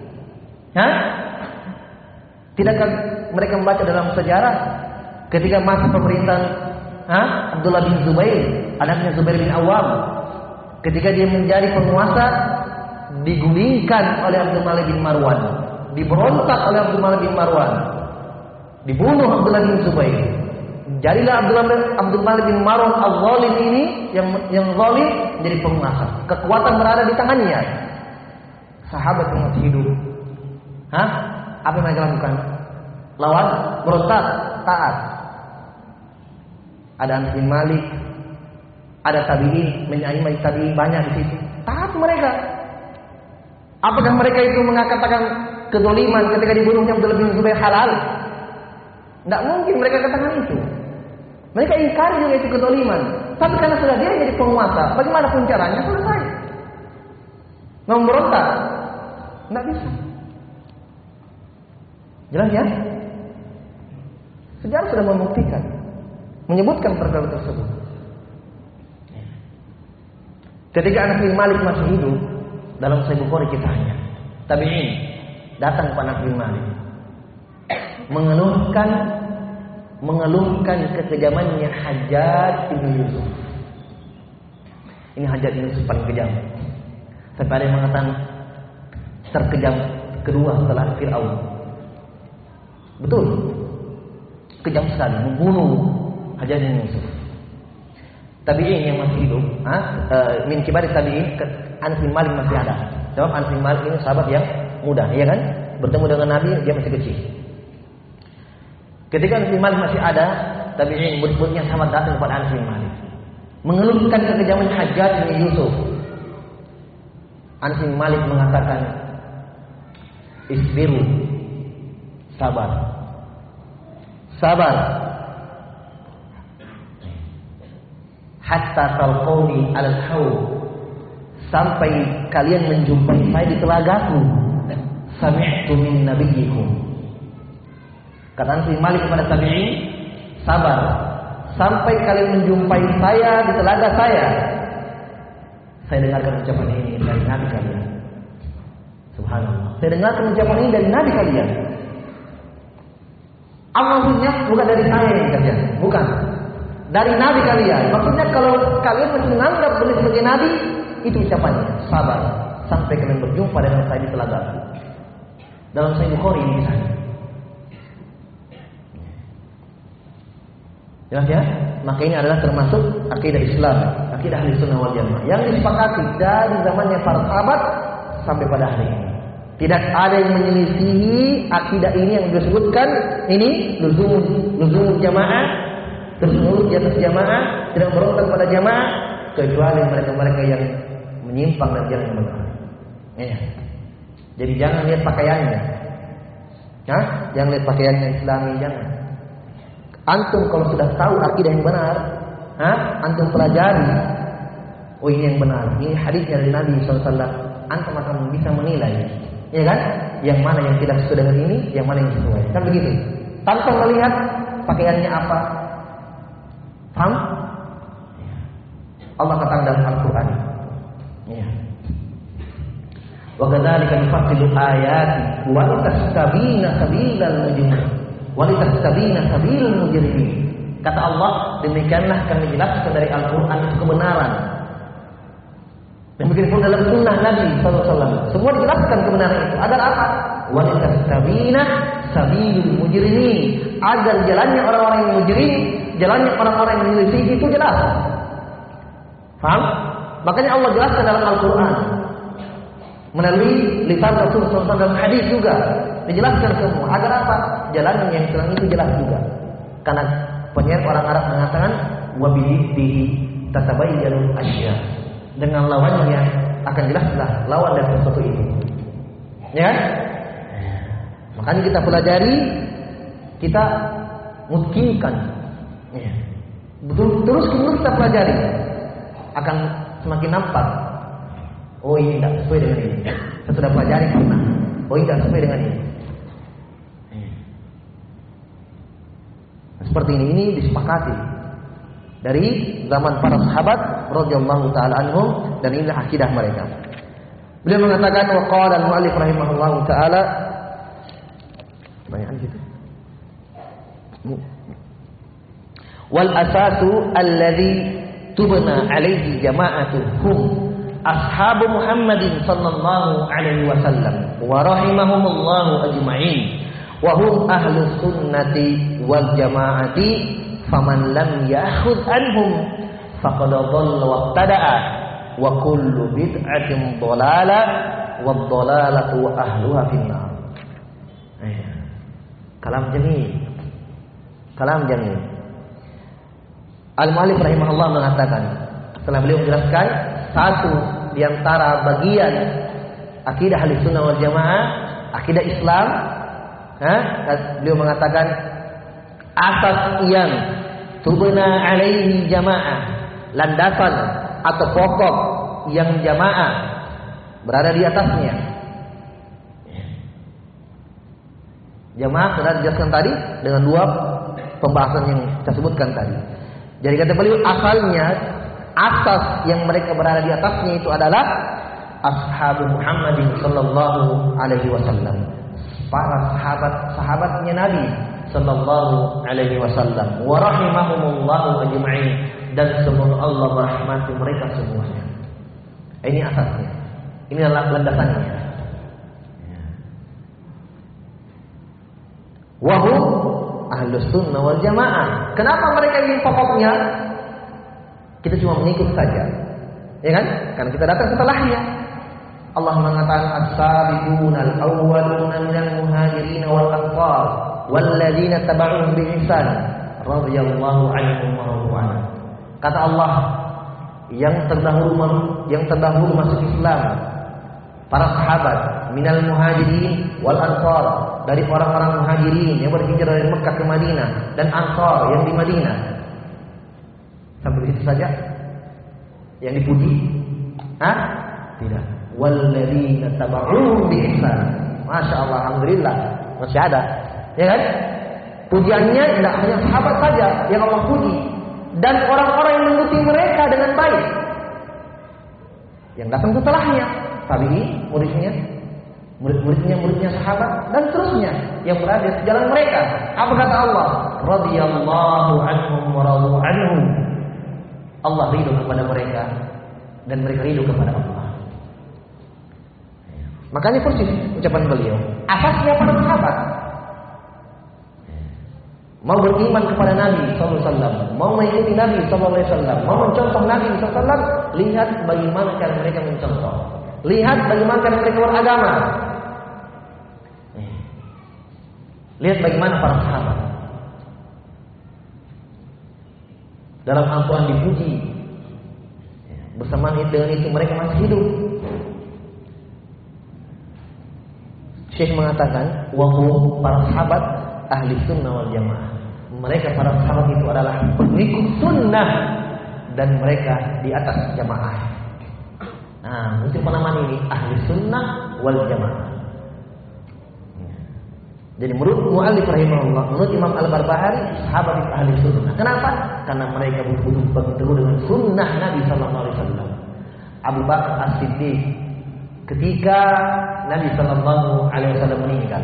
Tidakkah mereka membaca dalam sejarah ketika masa pemerintahan Abdullah bin Zubair, anaknya Zubair bin Awam, ketika dia menjadi penguasa, digulingkan oleh Abdul Malik bin Marwan, diberontak oleh Abdul Malik bin Marwan, dibunuh Abdullah bin Zubair. Jadilah Abdul Malik bin Marwan al-Zalim ini yang zalim jadi penguasa. Kekuatan berada di tangannya. Sahabat yang masih hidup, apa yang mereka lakukan? Lawan, berontak, taat. Ada Anas bin Malik, ada tabi'in, menyaimai tabi'in banyak di situ. Taat mereka. Apakah mereka itu mengatakan kedoliman ketika dibunuhnya Abdullah bin Zubair halal? Tidak mungkin mereka katakan itu. Mereka ingkar juga itu kedoliman. Tapi karena sudah dia jadi penguasa, bagaimanapun caranya selesai. Memberontak, tidak bisa. Jelas ya? Sejarah sudah membuktikan, menyebutkan perkara tersebut. Ketika Anas bin Malik masih hidup, dalam Sahih Bukhari kisahnya, tabi'in datang kepada Anas bin Malik, mengeluhkan kekejamannya Hajjaj bin Yusuf. Ini Hajjaj bin Yusuf paling kejam. Sampai ada yang mengatakan terkejam kedua setelah Fir'aun. Betul, kejam sekali, membunuh Hajjaj bin Yusuf. tabi'in yang masih hidup, min kibar tabi'in, Anas bin Malik masih ada. Sebab Anas bin Malik ini sahabat yang muda, ya kan? Bertemu dengan Nabi dia masih kecil. Ketika Anas bin Malik masih ada, tabi'in murid-muridnya sahabat datang kepada Anas bin Malik, mengeluhkan kekejaman Hajjaj bin Yusuf. Anas bin Malik mengatakan, isbiru, sabar, sabar, hatta talqawni al-haud, sampai kalian menjumpai saya di telagaku. Sami'tu min nabiyyikum. Kata Anas bin Malik kepada tabi'in, sabar sampai kalian menjumpai saya di telaga saya. Saya dengarkan ucapan ini dari Nabi kalian. Subhanallah. Saya dengarkan ucapan ini dari Nabi kalian. Maksudnya bukan dari saya yang kalian, bukan. Dari Nabi kalian. Maksudnya kalau kalian masih menganggap beliau sebagai Nabi, itu ucapannya. Sabar sampai kalian berjumpa dengan saya di telaga. Dalam Sahih Bukhari ini misalnya. Jelas ya? Maka ini adalah termasuk akidah Islam, akidah Ahlussunnah wal Jamaah yang disepakati dari zamannya para sahabat sampai pada hari ini. Tidak ada yang menyelisihi akidah ini yang disebutkan ini luzum jamaah, terus nurut di atas jamaah, tidak berontak pada jamaah, kecuali mereka-mereka yang menyimpang dan jalan yang benar. Ya. Jadi jangan lihat pakaiannya, jangan lihat pakaiannya Islami, jangan. Antum kalau sudah tahu akidah yang benar, antum pelajari. Oh ini yang benar, ini hadisnya dari Nabi SAW. Antum akan bisa menilai, ya kan? Yang mana yang tidak sesuai dengan ini, yang mana yang sesuai. Kan begitu. Tanpa melihat pakaiannya apa. Paham? Allah katakan dalam Al-Quran. Ya. Wa kadzalika nufassilu ayati wa litastabina sabilal mujrimin. Walitastabina sabilul mujrimin. Kata Allah, demikianlah kami jelaskan dari Al-Quran itu kebenaran. Demikian pun dalam sunnah Nabi SAW, semua dijelaskan kebenaran itu. Agar apa? Walitastabina sabilul mujrimin. Agar jalannya orang-orang yang mujrim, jalannya orang-orang yang menyelisih itu jelas. Faham? Makanya Allah jelaskan dalam Al-Quran melalui lisan Rasulullah SAW dalam hadis juga dijelaskan semua. Agar apa? Jalan yang Islam itu jelas juga. Karena penyair orang Arab mengatakan wabiddihi tatabayyanul asya. Dengan lawannya akan jelaslah lawan dari sesuatu itu. Ya? Makanya kita pelajari, kita mungkinkan. Ya. Terus kita pelajari, akan semakin nampak. Oh ini tidak sesuai dengan ini. Saya sudah pelajari pernah. Oh ini tidak sesuai dengan ini. Seperti ini disepakati dari zaman para sahabat radhiyallahu taala anhum, dan inilah akidah mereka. Beliau mengatakan wa qala al-mu'allif rahimahullahu taala, banyak gitu. Wal asasu alladhi tubna alaihi jama'atuhum ashabu Muhammadin sallallahu alaihi wasallam wa rahimahumullahu ajma'in wa hum ahlus sunnati wal jama'ati faman lam ya'khudh anhum faqad dhalla wa ibtada'a wa kullu bid'atin dhalalah wad dhalalatu wa ahluha finnar. Kalam jamil. Al-Mu'allif rahimahullah mengatakan, setelah beliau menjelaskan satu di antara bagian akidah Ahlussunnah wal Jamaah, akidah Islam, beliau mengatakan asas yang tubna alaihi jamaah, landasan atau pokok yang jamaah berada di atasnya. Jamaah sudah dijelaskan tadi dengan dua pembahasan yang kita sebutkan tadi. Jadi kata beliau asalnya, asas yang mereka berada di atasnya itu adalah ashabu Muhammadin sallallahu alaihi wasallam, para sahabatnya Nabi sallallahu alaihi wasallam, wa rahimahumullahu ajma'in, dan semoga Allah merahmati mereka semuanya. Ini asasnya. Ini adalah landasannya. Wa hum Ahlussunnah wal Jamaah. Kenapa mereka ini pokoknya? Kita cuma mengikut saja. Ya kan? Karena kita datang setelahnya. Allah mengatakan as-sabiqunal awwaluna minal muhajirin wal ansar walladzina tabauhum bi ihsan radhiyallahu anhum wa radu anhu. Kata Allah, yang terdahulu masuk Islam, para sahabat minal muhajirin wal ansar, dari orang-orang muhajirin yang berhijrah dari Mekah ke Madinah, dan ansar yang di Madinah. Sampai situ saja yang dipuji? Tidak. Walladzina tabauhum bi ihsan. Masya Allah, alhamdulillah, masih ada. Ya kan? Pujiannya tidak hanya sahabat saja yang Allah puji, dan orang-orang yang mengikuti mereka dengan baik, yang datang setelahnya, tabi'in, muridnya sahabat, dan seterusnya yang berada di jalan mereka. Apa kata Allah? Radhiyallahu anhum wa radu anhu. Allah ridho kepada mereka dan mereka ridho kepada Allah. Makanya persis ucapan beliau, asasnya para sahabat mau beriman kepada Nabi SAW, mau mengikuti Nabi SAW, mau mencontoh Nabi SAW, lihat bagaimana cara mereka mencontoh, lihat bagaimana cara mereka beragama, lihat bagaimana para sahabat dalam Al-Quran dipuji, bersamaan dengan itu mereka masih hidup. Syekh mengatakan, wahum, para sahabat ahli sunnah wal jamaah. Mereka para sahabat itu adalah pengikut sunnah dan mereka di atas jamaah. Nah, untuk penamaan ini ahli sunnah wal jamaah. Jadi menurut mu'allif rahimahullah, menurut Imam Al-Barbahari, sahabat itu ahli sunnah. Kenapa? Karena mereka betul-betul berteguh dengan sunnah Nabi Sallallahu Alaihi Wasallam. Abu Bakar As-Siddiq, ketika Nabi Sallallahu Alaihi Wasallam meninggal,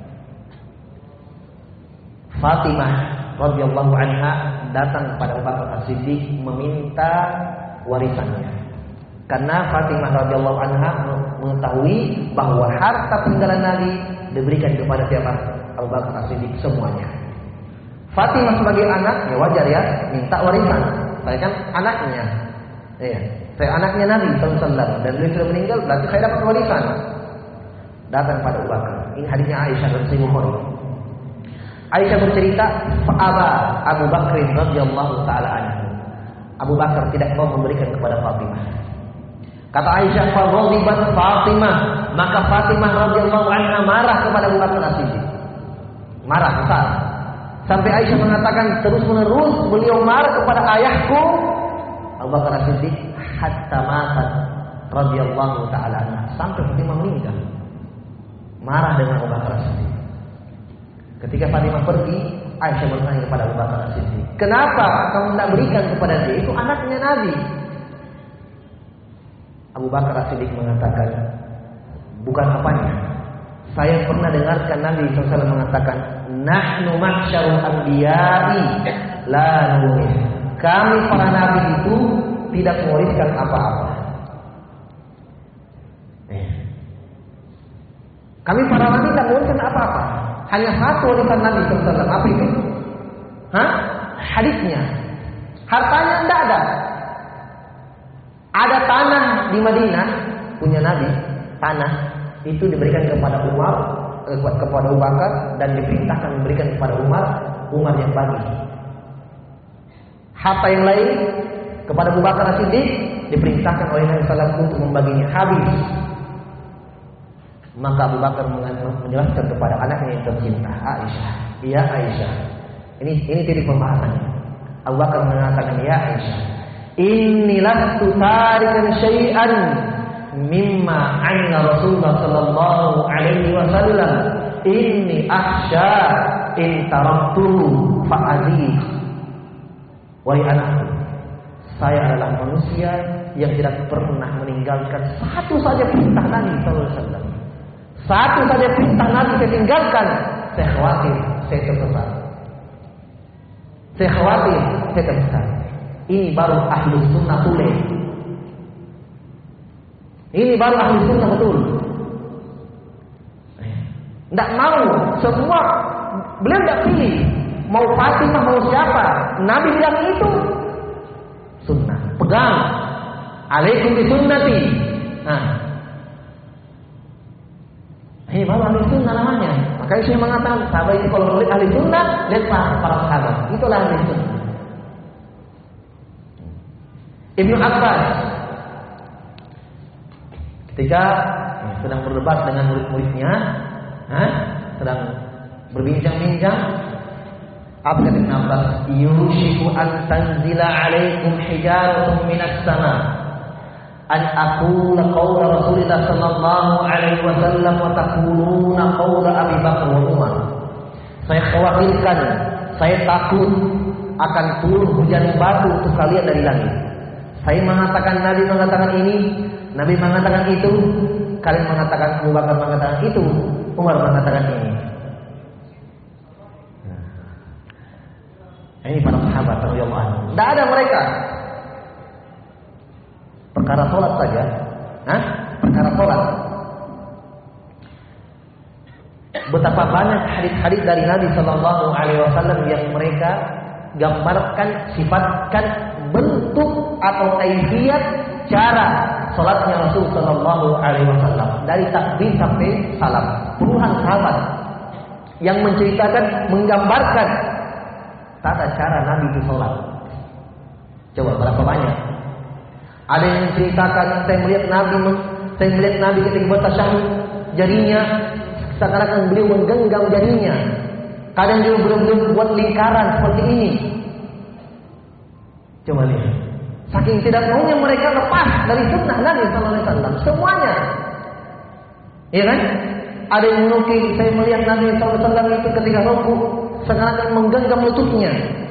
Fatimah radhiyallahu anha datang kepada Abu Bakar As-Siddiq meminta warisannya. Karena Fatimah radhiyallahu anha mengetahui bahwa harta peninggalan Nabi diberikan kepada siapa? Abu Bakar As-Siddiq semuanya. Fatimah sebagai anak, ya wajar ya, minta warisan. Saya kan anaknya. Iya. Saya anaknya Nabi SAW dan beliau sudah meninggal, berarti saya dapat warisan. Datang pada Abu Bakar. Ini hadisnya Aisyah dan Sahih Bukhari. Aisyah bercerita, Abu Bakar radhiyallahu taala anhu. Abu Bakar tidak mau memberikan kepada Fatimah. Kata Aisyah, fa ghadibat Fatimah, maka Fatimah radhiyallahu anha marah kepada Abu Bakar As-Siddiq. Marah besar. Sampai Aisyah mengatakan, terus-menerus beliau marah kepada ayahku Abu Bakar As-Siddiq hatta matat radhiyallahu taala anha, sampai Fatimah meninggal. Marah dengan Abu Bakar As-Siddiq. Ketika Fatimah pergi, Aisyah bertanya kepada Abu Bakar As-Siddiq, "Kenapa kamu tidak berikan kepada dia? Itu anaknya Nabi." Abu Bakar As-Siddiq mengatakan, "Bukan apanya. Saya pernah dengarkan Nabi SAW mengatakan, nahnu ma'syarul anbiya'i la nuris. Kami para nabi itu tidak mewariskan apa-apa. Kami para nabi tidak mewariskan apa-apa. Hanya satu warisan Nabi SAW. Apa itu? Hadisnya. Hartanya tidak ada. Ada tanah di Madinah punya Nabi, tanah itu diberikan kepada Umar, kepada Abu Bakar, dan diperintahkan memberikan kepada Umar yang bagi. Harta yang lain kepada Abu Bakar As-Siddiq diperintahkan oleh Nabi SAW untuk membaginya habis. Maka Abu Bakar menjelaskan kepada anaknya yang tercinta, Aisyah, "Ya Aisyah." Ini titik pembahasannya. Abu Bakar mengatakan, "Ya Aisyah, inni lastu tarikan syai'an mimma 'anna Rasulullah sallallahu alaihi wasallam. Inni akhsha in taraktuhu fa'adhiq." Wahai anakku, saya adalah manusia yang tidak pernah meninggalkan satu saja perintah Nabi sallallahu alaihi wasallam. Satu saja perintah Nabi saya tinggalkan, saya khawatir saya tersesat. Saya khawatir saya tersesat. Ini baru ahlu sunnah tule. Ini baru ahlu sunnah betul. Tidak mau semua, beliau tidak pilih mau Fatimah mau siapa. Nabi bilang itu sunnah. pegang. Alaikum bisunnati. Nah, ini baru ahli sunnah namanya. Makanya saya mengatakan sahabat itu kalau melihat ahli sunnah, lihat para sahabat. Itulah ahli sunnah. Ibnu Abbas ketika sedang berdebat dengan murid-muridnya, sedang berbincang-bincang, apa kata Ibnu Abbas? Yushiku an tanzila alaikum hijaratun minas sama an aqula qawla Rasulillah sallallahu alaihi wasallam wa taquluna qawla Abi Bakar wa Umar. Saya khawatirkan, saya takut akan turun hujan batu untuk kalian dari langit. Saya mengatakan Nabi mengatakan ini, Nabi mengatakan itu, kalian mengatakan Abu Bakar mengatakan itu, Umar mengatakan ini. Ini para sahabat radhiyallahu anhum. Tidak ada mereka. Perkara sholat saja, perkara sholat. Betapa banyak hadis-hadis dari Nabi Sallallahu Alaihi Wasallam yang mereka gambarkan, sifatkan bentuk atau kaifiyat cara sholatnya Rasul Sallallahu Alaihi Wasallam dari takbir sampai salam. Puluhan sahabat yang menceritakan, menggambarkan tata cara Nabi itu sholat. Coba berapa banyak? Ada yang menceritakan saya melihat Nabi ketika bertasyahud jarinya seakan-akan beliau menggenggam jarinya. Kadang juga beliau buat lingkaran seperti ini. Coba lihat. Saking tidak maunya mereka lepas dari sunnah Nabi sallallahu alaihi wasallam semuanya. Iya kan? Ada yang menukil saya melihat Nabi sallallahu alaihi wasallam itu ketika rukuk seakan-akan menggenggam lututnya.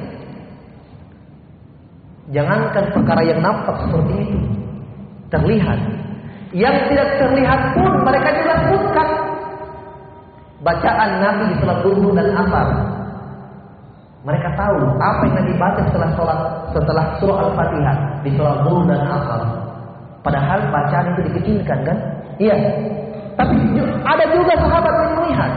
Jangankan perkara yang nampak seperti itu, terlihat. Yang tidak terlihat pun mereka juga sebutkan. Bacaan Nabi di salat zuhur dan asar. Mereka tahu apa yang Nabi baca setelah surah Al-Fatihah di salat zuhur dan asar. Padahal bacaan itu dikecilkan kan? Iya. Tapi ada juga sahabat yang melihat.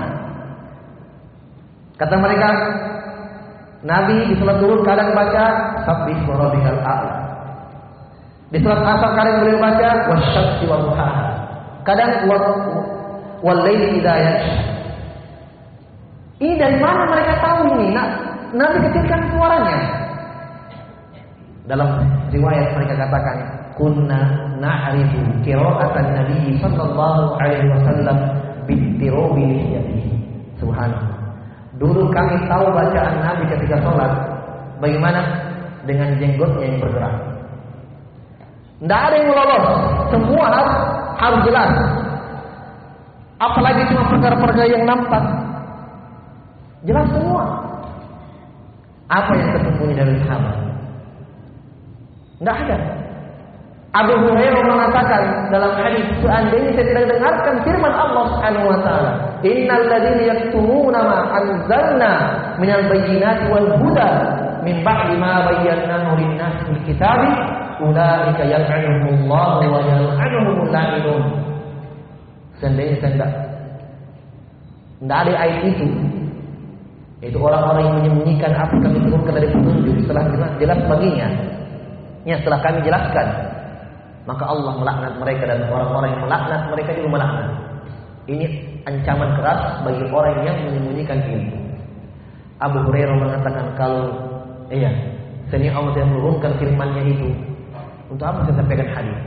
Kata mereka, Nabi di salat zuhur kadang baca Sabbih rabbikal a'la. Di salat asar kadang beliau baca wasyamsi wa duhaha. Kadang wal laili idza yaghsha. Ini dari mana mereka tahu ini? Nabi kecilkan suaranya. Dalam riwayat mereka katakan, kunna na'rifu qira'atan Nabi sallallahu alaihi wasallam bittirobi lihyatihi. Subhanallah. Dulu kami tahu bacaan Nabi ketika sholat bagaimana dengan jenggotnya yang bergerak. Tidak ada yang lolos, semua harus jelas. Apalagi cuma perkara-perkara yang nampak, jelas semua. Apa yang tersembunyi dari sahabat? Tidak ada. Abu Hurairah mengatakan dalam hadis, seandainya saya tidak dengarkan firman Allah Subhanahu wa taala, innal ladzina yaktumuna ma anzalna minal bayyinati wal huda min ba'di ma bayyanahu lin-nasi fil kitabi ulaika yal'anuhumullahu wa yal'anuhumul la'inun. Seandainya saya tidak ada ayat itu orang-orang yang menyembunyikan apa yang kami turunkan dari petunjuk setelah jelas baginya. Setelah kami jelaskan, maka Allah melaknat mereka dan orang-orang yang melaknat mereka juga melaknat. Ini ancaman keras bagi orang yang menyembunyikan ilmu. Abu Hurairah mengatakan kalau seni Allah yang menurunkan firman-Nya itu, untuk apa saya sampaikan hadis?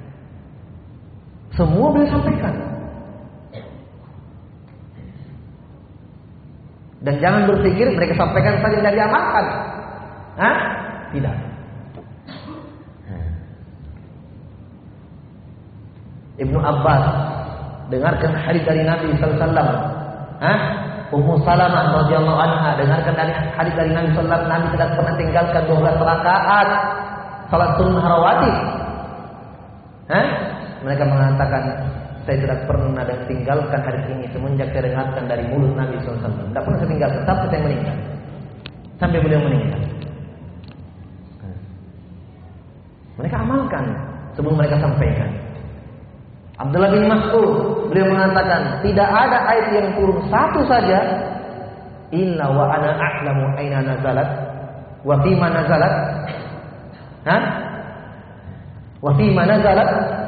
Semua beliau sampaikan. Dan jangan berpikir mereka sampaikan saja dari amalkan. Tidak. Ibnu Abbas dengarkan hadis dari Nabi sallallahu alaihi wasallam. Ummu Salamah radhiyallahu anha dengarkan dari hadis dari Nabi sallallahu alaihi wasallam, Nabi tidak pernah tinggalkan 12 rakaat salat sunnah rawatib. Mereka mengatakan saya tidak pernah tinggalkan hadis ini semenjak saya dengarkan dari mulut Nabi sallallahu alaihi wasallam. Tidak pernah saya tinggalkan sampai saya meninggal. Sampai beliau meninggal. Mereka amalkan sebelum mereka sampaikan. Abdullah bin Mas'ud beliau mengatakan tidak ada ayat yang turun satu saja illa wa ana a'lamu aina nazalat wa fima nazalat Wa fi ma nazalat,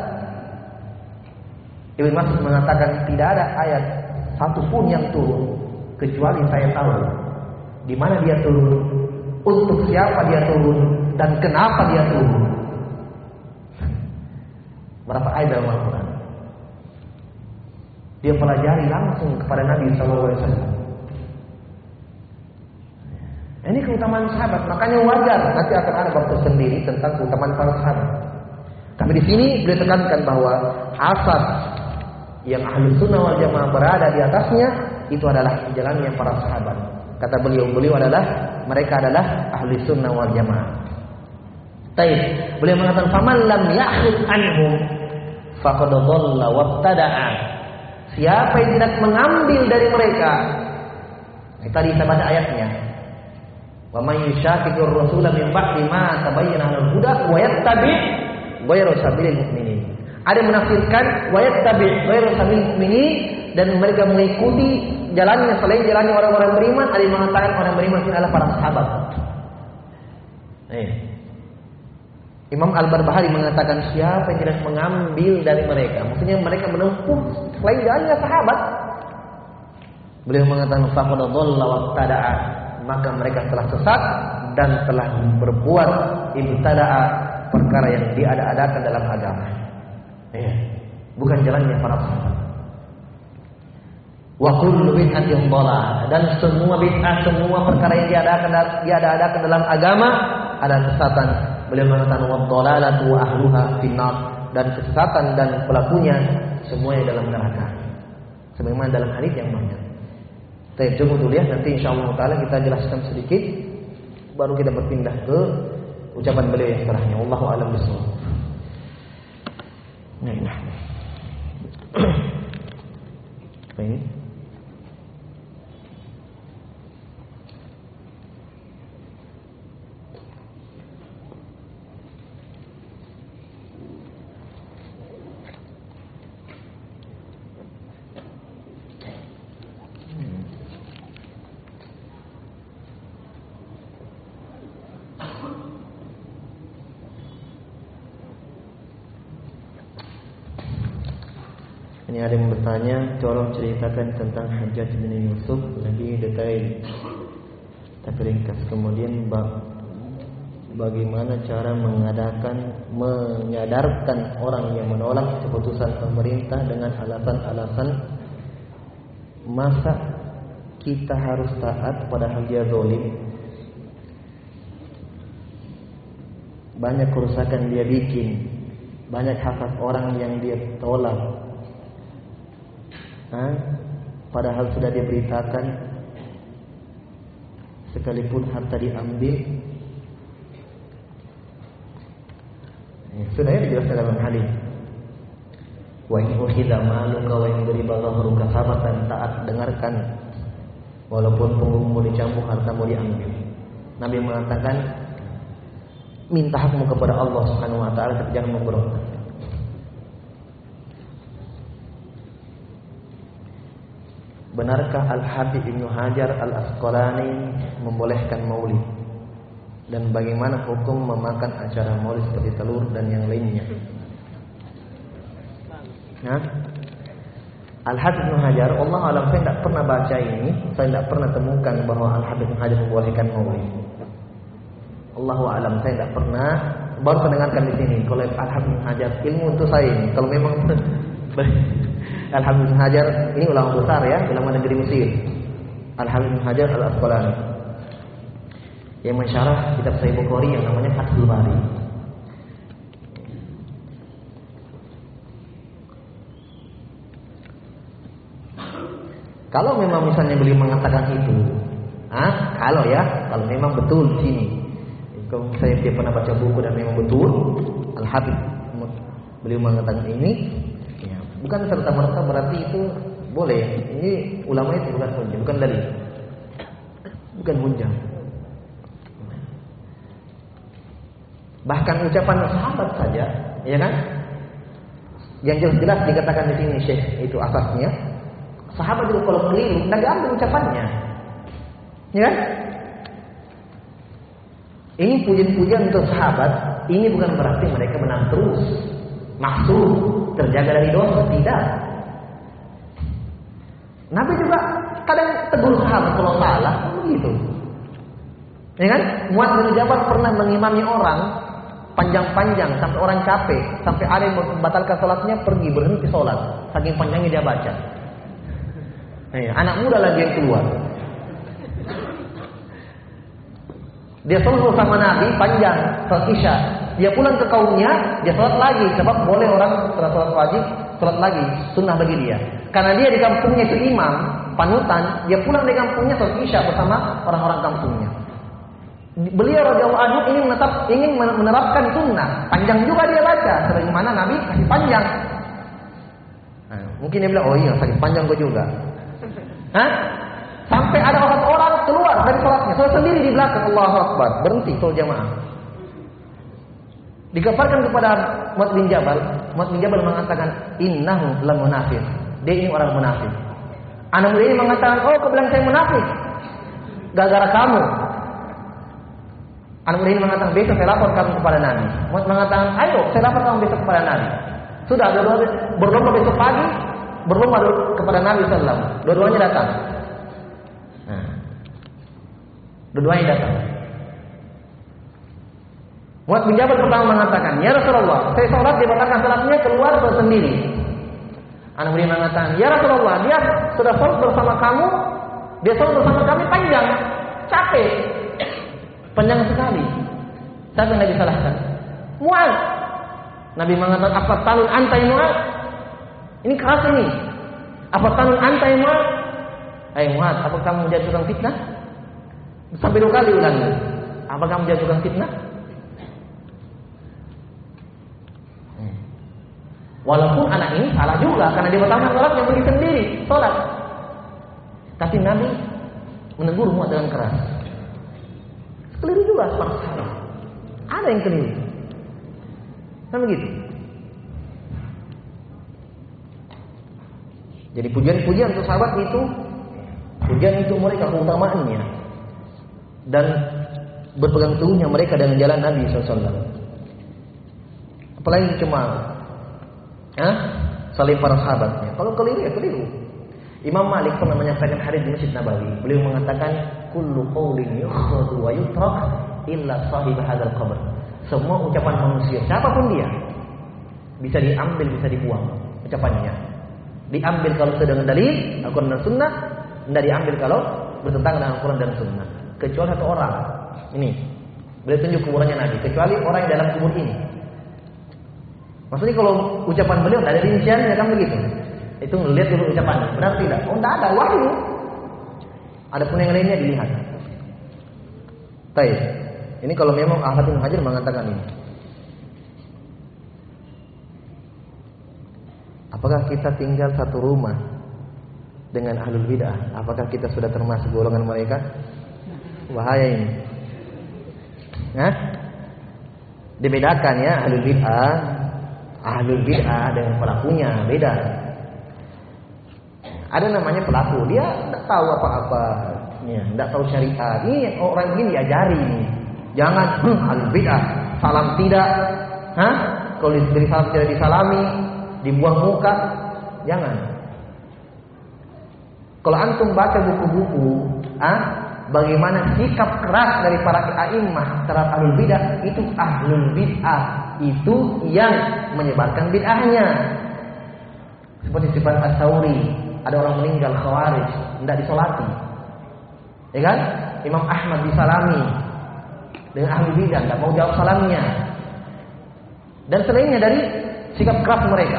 Ibnu Mas'ud mengatakan tidak ada ayat satupun yang turun kecuali saya tahu di mana dia turun, untuk siapa dia turun, dan kenapa dia turun. Berapa ayat dalam Al-Quran dia pelajari langsung kepada Nabi SAW. Ini keutamaan sahabat, makanya wajar nanti akan ada bab tersendiri tentang keutamaan para sahabat. Tapi di sini beliau tekankan bahwa asas yang ahli sunnah wal jamaah berada di atasnya itu adalah jalannya para sahabat. Kata beliau adalah mereka adalah ahli sunnah wal jamaah. Taib. Beliau mengatakan faman lam ya'khud anhum faqad dhalla wabtada'a. Siapa yang tidak mengambil dari mereka. Ini tadi kita baca ayatnya. Wa may yushaqiqir rasula min ba'di ma tabayyana lahul huda wa yattabi' ghayra sabilil mu'minin. Ada yang menafsirkan wa yattabi' ghayra sabilil mu'minin, dan mereka mengikuti jalannya selain jalannya orang-orang beriman. Ada yang mengatakan orang beriman itu adalah para sahabat. Imam Al-Barbahari mengatakan siapa yang tidak mengambil dari mereka, maksudnya mereka menempuh selain jalannya sahabat. Beliau mengatakan faqad dhalla wabtada'a, maka mereka telah sesat dan telah berbuat ibtada'a, perkara yang diada-adakan dalam agama. Bukan jalannya para sahabat. Wa kullu bid'atin dhalalah, dan semua bid'ah, semua perkara yang diada-adakan dalam agama adalah kesesatan. Beliau mengatakan wa dhalalatu wa ahluha finnar, dan kesesatan dan pelakunya semuanya dalam neraka. Sebagaimana dalam hadis yang banyak. Baik, cukup dulu ya, nanti insyaallah taala kita jelaskan sedikit baru kita berpindah ke ucapan beliau yang setelahnya. Wallahu a'lam bishawab. Nah. Baik. Ini ada yang bertanya, tolong ceritakan tentang Hajjaj bin Yusuf lebih detail tapi ringkas. Kemudian bagaimana cara menyadarkan orang yang menolak keputusan pemerintah dengan alasan-alasan masa kita harus taat padahal dia zalim. Banyak kerusakan dia bikin, banyak hak orang yang dia tolak. Padahal sudah diberitakan, sekalipun harta diambil. Sudah ya dijelaskan dalam hadis. Wa in ukhidha maluka wa in duriba dhahruka, sabar dan taat, dengarkan walaupun punggungmu dicambuk, hartamu diambil. Nabi mengatakan minta hakmu kepada Allah Subhanahu wa taala, tapi jangan memberontak. Benarkah Al-Habib Ibnu Hajar Al-Asqalani membolehkan maulid? Dan bagaimana hukum memakan acara maulid seperti telur dan yang lainnya? Al-Habib Ibnu Hajar, Allah alam, saya tidak pernah baca ini, saya tidak pernah temukan bahwa Al-Habib Ibnu Hajar membolehkan maulid. Allah alam, saya tidak pernah, baru saya dengarkan di sini. Kalau Al-Habib Ibnu Hajar, ilmu untuk saya ini, kalau memang Al-Habib Ibnu Hajar ini ulama besar ya, ulama negeri Mesir. Al-Habib Ibnu Hajar Al-Asqalani yang mensyarah kitab Sahih Bukhari yang namanya Fathul Bari. Kalau memang misalnya beliau mengatakan itu, kalau memang betul di sini, kalau saya dia pernah baca buku dan memang betul Al-Habib beliau mengatakan ini, bukan serta-merta berarti itu boleh. Ini ulama itu bukan hujjah, bukan dalil, bukan hujjah. Bahkan ucapan sahabat saja, ya kan? Yang jelas dikatakan di sini Syekh itu asasnya. Sahabat juga kalau keliru, tidak diambil ucapannya, ya kan? Ini pujian-pujian untuk sahabat ini bukan berarti mereka menang terus, maksud terjaga dari dosa, tidak. Nabi juga kadang tegur sahabat kalau salah, begitu. Ya kan? Muadz bin Jabal pernah mengimami orang panjang-panjang sampai orang capek, sampai ada yang membatalkan sholatnya, pergi berhenti sholat, saking panjangnya dia baca. Anak muda lagi yang keluar. Dia sholat bersama Nabi panjang, sholat Isya. Dia pulang ke kaumnya, dia sholat lagi, sebab boleh orang setelah sholat wajib sholat lagi, sunnah bagi dia. Karena dia di kampungnya itu imam, panutan, dia pulang di kampungnya sholat Isya bersama orang-orang kampungnya. Beliau radhiyallahu anhu ingin menerapkan sunnah, panjang juga dia baca, sebagaimana Nabi kasih panjang. Nah, mungkin dia bilang, oh iya, sakit panjang gue juga. Hah? Sampai ada orang keluar dari sholatnya, sholat sendiri di belakang, Allahu Akbar, berhenti sholat jamaah. Dikabarkan kepada Muadz bin Jabal mengatakan, innahu la munafiq. Dia ini orang munafik. Anak muda ini mengatakan, oh kau bilang saya munafik, gara-gara kamu. Anak muda ini mengatakan, besok saya lapor kamu kepada Nabi. Muadz mengatakan, ayo saya lapor kamu besok kepada Nabi. Sudah, berlomba besok pagi, berlomba kepada Nabi SAW. Dua-duanya datang. Dua-duanya datang. Muadz bin Jabal pertama mengatakan, ya Rasulullah, saya sholat dibatalkan sholatnya, keluar sholat sendiri. Anak muda mengatakan, ya Rasulullah, dia sudah sholat bersama kamu, dia sholat bersama kami panjang, capek, panjang sekali. Siapa yang Nabi salahkan? Muadz. Nabi mengatakan, apa talun antai Muadz? Ini keras ini. Apa talun antai Muadz? Hai Muadz, apa kamu menjadi tukang fitnah? Sampai 2 kali ulangi. Apa kamu menjadi tukang fitnah? Walaupun anak ini salah juga karena dia batalkan sholatnya pergi sendiri sholat. Tapi Nabi menegur Muadz dengan keras. Keliru juga para sahabat. Ada yang keliru. Kan begitu. Jadi pujian-pujian untuk sahabat itu, pujian itu mereka keutamaannya dan berpegang teguhnya mereka dengan jalan Nabi SAW. Apalagi cuma saling para sahabatnya. Kalau keliru ya keliru. Imam Malik pernah menyampaikan hadis di Masjid Nabawi. Beliau mengatakan, kullu qaulin yukhadu wa yutrak illa sahib hadzal qabr. Semua ucapan manusia, siapapun dia, bisa diambil, bisa dibuang ucapannya. Diambil kalau sesuai dengan dalil Al-Quran dan Sunnah, tidak diambil kalau bertentangan dengan Al-Quran dan Sunnah. Kecuali satu orang. Ini, beliau tunjuk kuburannya Nabi. Kecuali orang yang dalam kubur ini. Maksudnya kalau ucapan beliau tidak ada rinciannya kan begitu. Itu melihat dulu ucapannya, benar tidak? Oh tidak ada, wahyu. Adapun yang lainnya dilihat. Baik. Ini kalau memang Al-Hafidz Ibnu Hajar mengatakan ini. Apakah kita tinggal satu rumah dengan ahlul bid'ah? Apakah kita sudah termasuk golongan mereka? Bahaya ini. Dibedakan ya ahlul bid'ah. Ahlul bid'ah dengan pelakunya beda. Ada namanya pelaku, dia tidak tahu apa-apa, tidak tahu syariat. Ini orang begini diajari. Jangan ahlul bid'ah, salam tidak. Kalau diberi salam tidak disalami, dibuang muka, jangan. Kalau antum baca buku-buku, bagaimana sikap keras dari para a'immah terhadap ahlul bid'ah, itu ahlul bid'ah itu yang menyebarkan bid'ahnya. Seperti sifat As-Sauri, ada orang meninggal khawarij, tidak disolati, ya kan? Imam Ahmad disalami dengan ahlul bid'ah, tidak mau jawab salamnya, dan selainnya dari sikap keras mereka.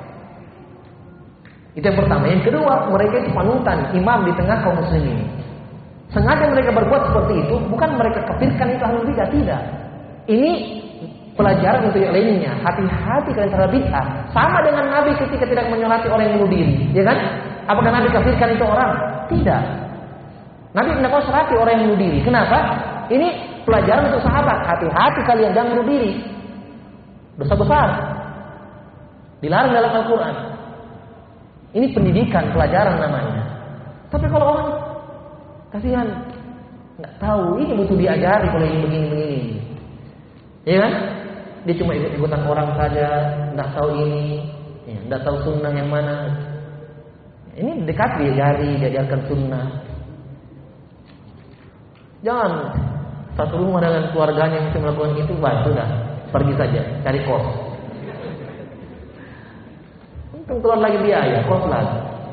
Itu yang pertama. Yang kedua, mereka itu panutan, imam di tengah kaum muslimin. Sengaja mereka berbuat seperti itu, bukan mereka kafirkan itu ahlul bid'ah, tidak. Ini pelajaran untuk yang lainnya. Hati-hati kalian terhadap bid'ah. Sama dengan Nabi ketika tidak menyolati orang yang bunuh diri, ya kan? Apakah Nabi kafirkan itu orang? Tidak. Nabi tidak mau solati orang yang bunuh diri. Kenapa? Ini pelajaran untuk sahabat. Hati-hati kalian jangan bunuh diri. Dosa besar. Dilarang dalam Al-Quran. Ini pendidikan, pelajaran namanya. Tapi kalau orang kasihan, nggak tahu, ini butuh diajari kalau ini begini-begini. Ya kan? Dia cuma ikut-ikutan orang saja, tidak tahu ini, tidak tahu sunnah yang mana. Ini dekat diajari, diajarkan sunnah. Jangan satu rumah dengan keluarganya yang melakukan itu, sudah pergi saja, cari kos. Untung keluar lagi biaya, kos lagi.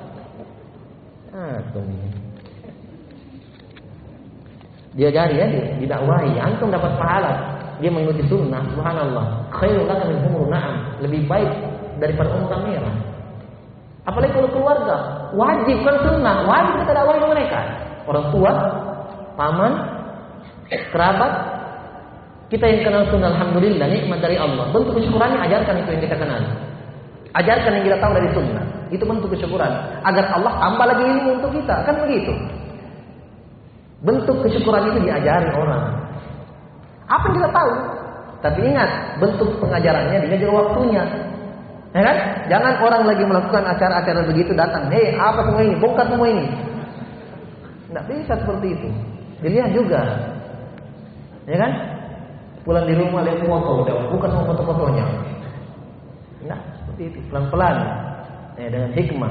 Diajari ya, didakwahi, antum dapat pahala. Dia mengikuti sunnah, subhanallah. Khairul laka min humur na'am, lebih baik daripada unta merah. Apalagi kalau keluarga, wajib kan sunnah, wajib kita dakwahi mereka. Orang tua, paman, kerabat, kita yang kenal sunnah, alhamdulillah, nikmat dari Allah. Bentuk kesyukurannya ajarkan itu yang kita kenal. Ajarkan yang kita tahu dari sunnah. Itu bentuk kesyukuran. Agar Allah tambah lagi ilmu untuk kita, kan begitu. Bentuk kesyukuran itu diajari orang. Apa yang kita tahu? Tapi ingat, bentuk pengajarannya diajar waktunya. Ya kan? Jangan orang lagi melakukan acara-acara begitu datang, "Hei, apa semua ini? Bongkar semua ini." Tidak bisa seperti itu. Dilihat juga. Ya kan? Pulang di rumah lihat foto, udah buka semua foto-fotonya. Nah, seperti itu, pelan-pelan. Dengan hikmah.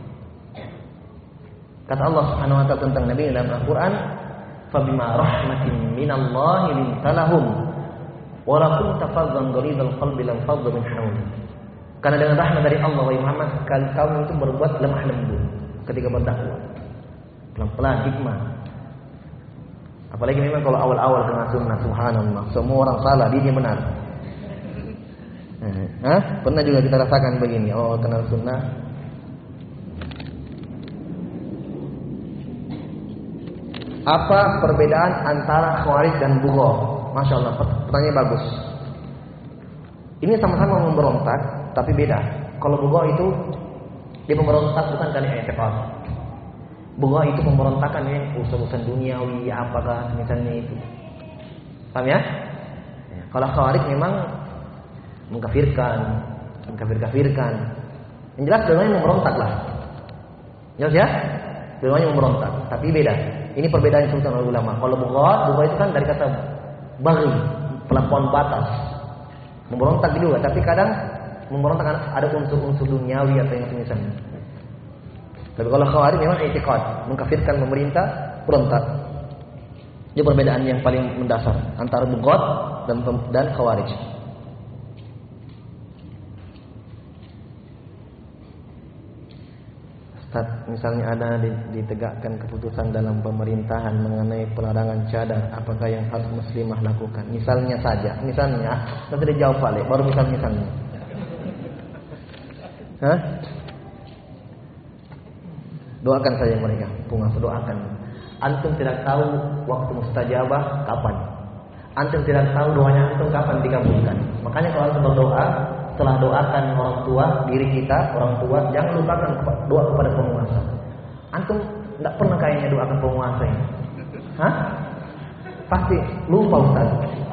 Kata Allah Subhanahu wa taala tentang Nabi dalam Al-Qur'an, "Fabima rahmatin minallahi lintalahum wa la kunta faddan ghalidhal qalbi lam faddu min hawlik." Karena dengan rahmat dari Allah, wahai Muhammad, kaum itu berbuat lemah lembut ketika berdakwah. Pelan-pelan, hikmah. Apalagi memang kalau awal-awal kena sunnah, subhanallah, semua orang salah, dia benar. Pernah juga kita rasakan begini, kenal sunnah. Apa perbedaan antara Khawarij dan Bughaw? Masya Allah, pertanyaan bagus. Ini sama-sama memberontak, tapi beda. Kalau Bughaw itu dia memberontak bukan karena i'tiqad. Bughaw itu pemberontakan urusan-urusan duniawi, apakah misalnya itu. Paham ya? Kalau Khawarij memang mengkafirkan. Yang jelas dua-duanya memberontak lah. Jelas ya? Dua-duanya memberontak, tapi beda. Ini perbedaan yang disebutkan oleh ulama. Kalau Bughaw itu kan dari kata baghi, pelampaui batas. Memberontak juga, tapi kadang memberontak ada unsur-unsur duniawi atau yang semisalnya. Tapi kalau Khawarij memang i'tiqad, mengkafirkan pemerintah, berontak. Ini perbedaan yang paling mendasar antara Bughaw dan Khawarij. Misalnya ada ditegakkan keputusan dalam pemerintahan mengenai pelarangan cadar, apakah yang harus muslimah lakukan? Misalnya saja, nanti dijawab balik, baru misalnya. Doakan saja mereka, penguasa doakan. Antum tidak tahu waktu mustajabah kapan. Antum tidak tahu doanya antum kapan dikabulkan. Makanya kalau antum berdoa, setelah doakan orang tua, diri kita, orang tua, jangan lupakan doa kepada penguasa. Antum tidak pernah kayaknya doakan penguasa ini. Pasti lupa Ustaz.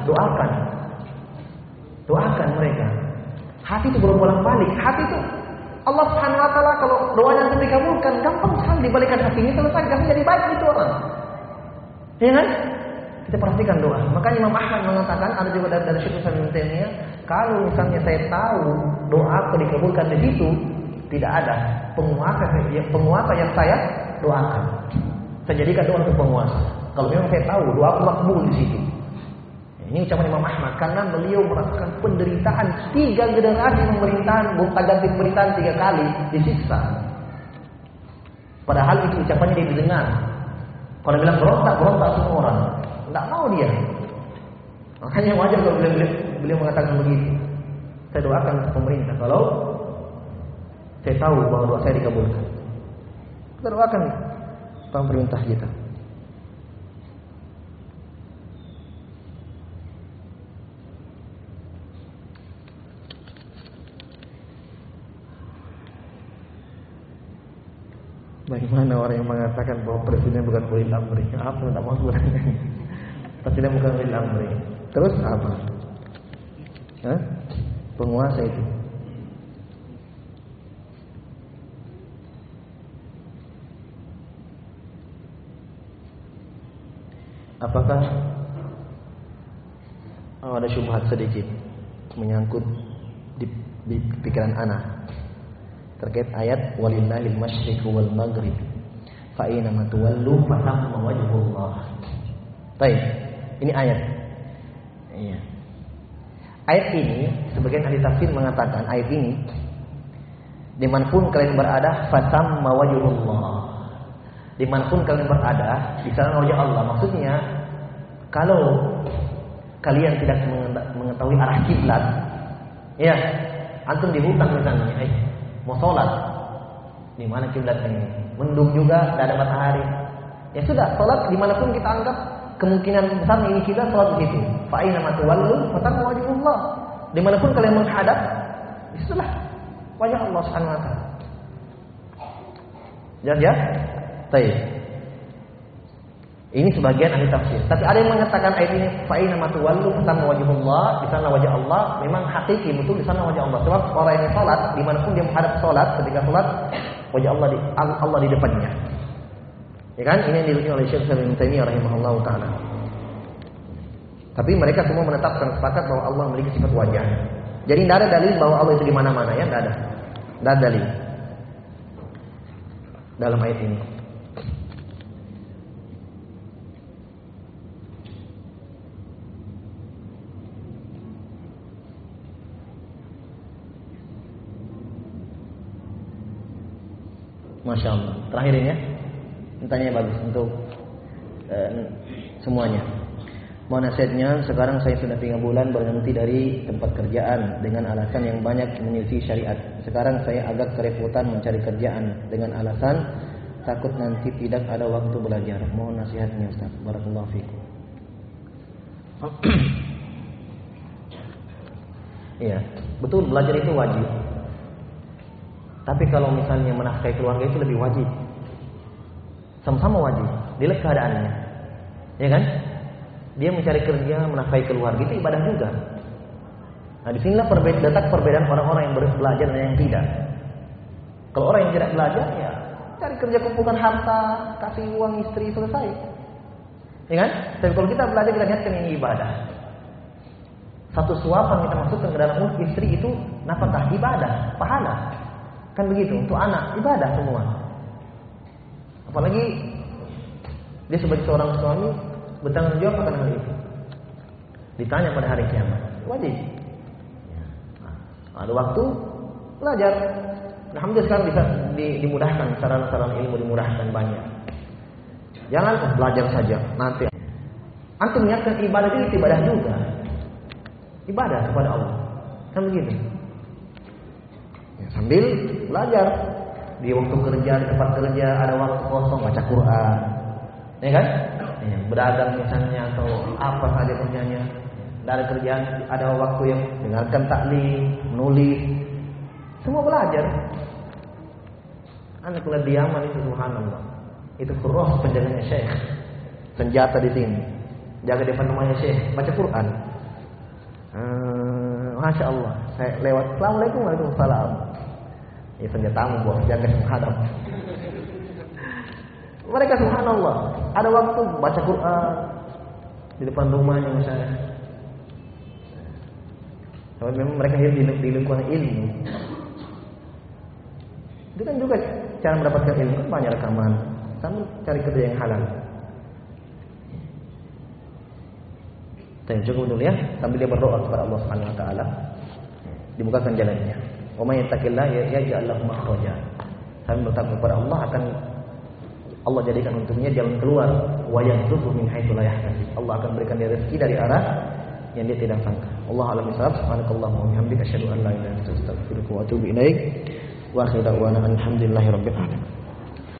Doakan mereka. Hati itu bolak-balik. Hati itu Allah Subhanahu wa taala kalau doanya antum dikabulkan, gampang sekali dibalikan hatinya, selesai, gampang jadi baik itu orang. Ya kan? Kita perhatikan doa. Makanya Imam Ahmad mengatakan, ada juga dari Syekh Ibnu Taimiyah, kalau misalnya saya tahu doaku dikabulkan di situ, tidak ada penguasa yang saya doakan. Saya jadikan doa untuk penguasa. Kalau memang saya tahu doaku makbul di situ. Ini ucapan Imam Ahmad karena beliau merasakan penderitaan 3 generasi pemerintahan, ganti pemerintahan 3 kali disiksa. Padahal itu ucapannya dia didengar. Kalau bilang berontak semua orang. Tidak mau dia. Makanya wajar kalau beliau mengatakan begitu. Saya doakan pemerintah kalau saya tahu bahwa doa saya dikabulkan. Kita doakan pemerintah kita. Bagaimana orang yang mengatakan bahwa presiden bukan ulil amri? Apa tak mau sebenarnya? Presiden bukan ulil amri. Terus apa? Penguasa itu. Apakah ada syubhat sedikit? menyangkut di pikiran ana terkait ayat walillahil masyriqu wal maghrib fa aina ma tuwallu fa thamma wajhullah. Baik, ini ayat. Iya. Ayat ini sebagian ahli tafsir mengatakan ayat ini dimanapun kalian berada fa thamma wajhullah. Dimanapun kalian berada di sana wajah Allah. Maksudnya kalau kalian tidak mengetahui arah kiblat, ya antum di hutan misalnya, mau sholat, di mana kiblatnya ini? Mendung juga, tidak ada matahari. Ya sudah, sholat dimanapun kita anggap kemungkinan besar ini kita sholat di situ. Fa aina ma tuwallu fa thamma wajhullah. Dimanapun kalian menghadap, itulah wajah Allah Subhanahu wa taala. Ya. Baik. Ini sebagian ahli tafsir. Tapi ada yang mengatakan ayat ini fa aina ma tuwallu fa thamma wajhullah, di sana wajah Allah, memang hakiki betul di sana wajah Allah. Sebab orang yang salat dimanapun dia menghadap salat, ketika salat wajah Allah di depannya. Ya kan? Ini yang diriwayatkan oleh Syekh Ibnu Taimiyah rahimahullahu taala. Tapi mereka semua menetapkan sepakat bahwa Allah memiliki sifat wajah. Jadi tidak ada dalil bahwa Allah itu di mana-mana, ya, tidak ada. Tidak ada dalil dalam ayat ini. Masya Allah. Terakhir ini ya, tanya bagus untuk semuanya. Mohon nasihatnya, sekarang saya sudah 3 bulan berhenti dari tempat kerjaan dengan alasan yang banyak menyelisih syariat. Sekarang saya agak kerepotan mencari kerjaan dengan alasan takut nanti tidak ada waktu belajar. Mohon nasihatnya Ustaz. Barakallahu fiikum. Iya, betul, belajar itu wajib. Tapi kalau misalnya menafkahi keluarga itu lebih wajib. Sama-sama wajib, dilihat keadaannya. Ya kan? Dia mencari kerja, menafkahi keluarga itu ibadah juga. Nah, di sinilah letak perbedaan orang-orang yang belajar dan yang tidak. Kalau orang yang tidak belajar, ya cari kerja, kumpulkan harta, kasih uang istri, selesai. Ya kan? Tapi kalau kita belajar, kita niatkan ini ibadah. Satu suapan kita masukkan ke dalam mulut istri itu nafkah, ibadah, pahala. Kan begitu, untuk anak, ibadah semua. Apalagi dia sebagai seorang suami bertanggung jawab akan hal itu. Ditanya pada hari kiamat, wajib. Ada waktu belajar. Alhamdulillah sekarang bisa dimudahkan, sarana-sarana ilmu dimudahkan banyak. Jangan belajar saja, nanti antum niatkan ibadah itu ibadah juga. Ibadah kepada Allah. Kan begitu. Ya, sambil belajar di waktu kerja, di tempat kerja ada waktu kosong baca Quran, ya kan? Ya, berdagang misalnya atau apa saja kerjanya, tidak ada kerjaan, ada waktu yang dengarkan taklim, menulis, semua belajar. Anda kuliah di Yaman itu subhanallah, itu kurus penjaganya Syekh, senjata di sini, jaga depan rumahnya Syekh, baca Quran. Masya Allah, saya lewat, assalamualaikum, waalaikumsalam. Ya senjatamu bos, jangan menghadap. Mereka subhanallah, ada waktu baca Quran di depan rumahnya misalnya. Tapi memang mereka hidup di lingkungan ilmu. Itu kan juga cara mendapatkan ilmu, kan banyak rekaman, sambil cari kerja yang halal. Dan cukup dulu ya, sambil dia berdoa kepada Allah Subhanahu wa taala, dibukakan jalannya. Wa may yattaqillaha yaj'al lahu makhraja. Sambil bertakwa kepada Allah akan Allah jadikan untuknya jalan keluar. Wa yarzuqhu min haitsu la yahtasib. Allah akan berikan dia rezeki dari arah yang dia tidak sangka. Allah a'lam bishawab. Subhanakallahumma wa bihamdika asyhadu an la ilaha illa anta astaghfiruka wa atubu ilaik. Wa akhiru da'wana alhamdulillahi rabbil alamin.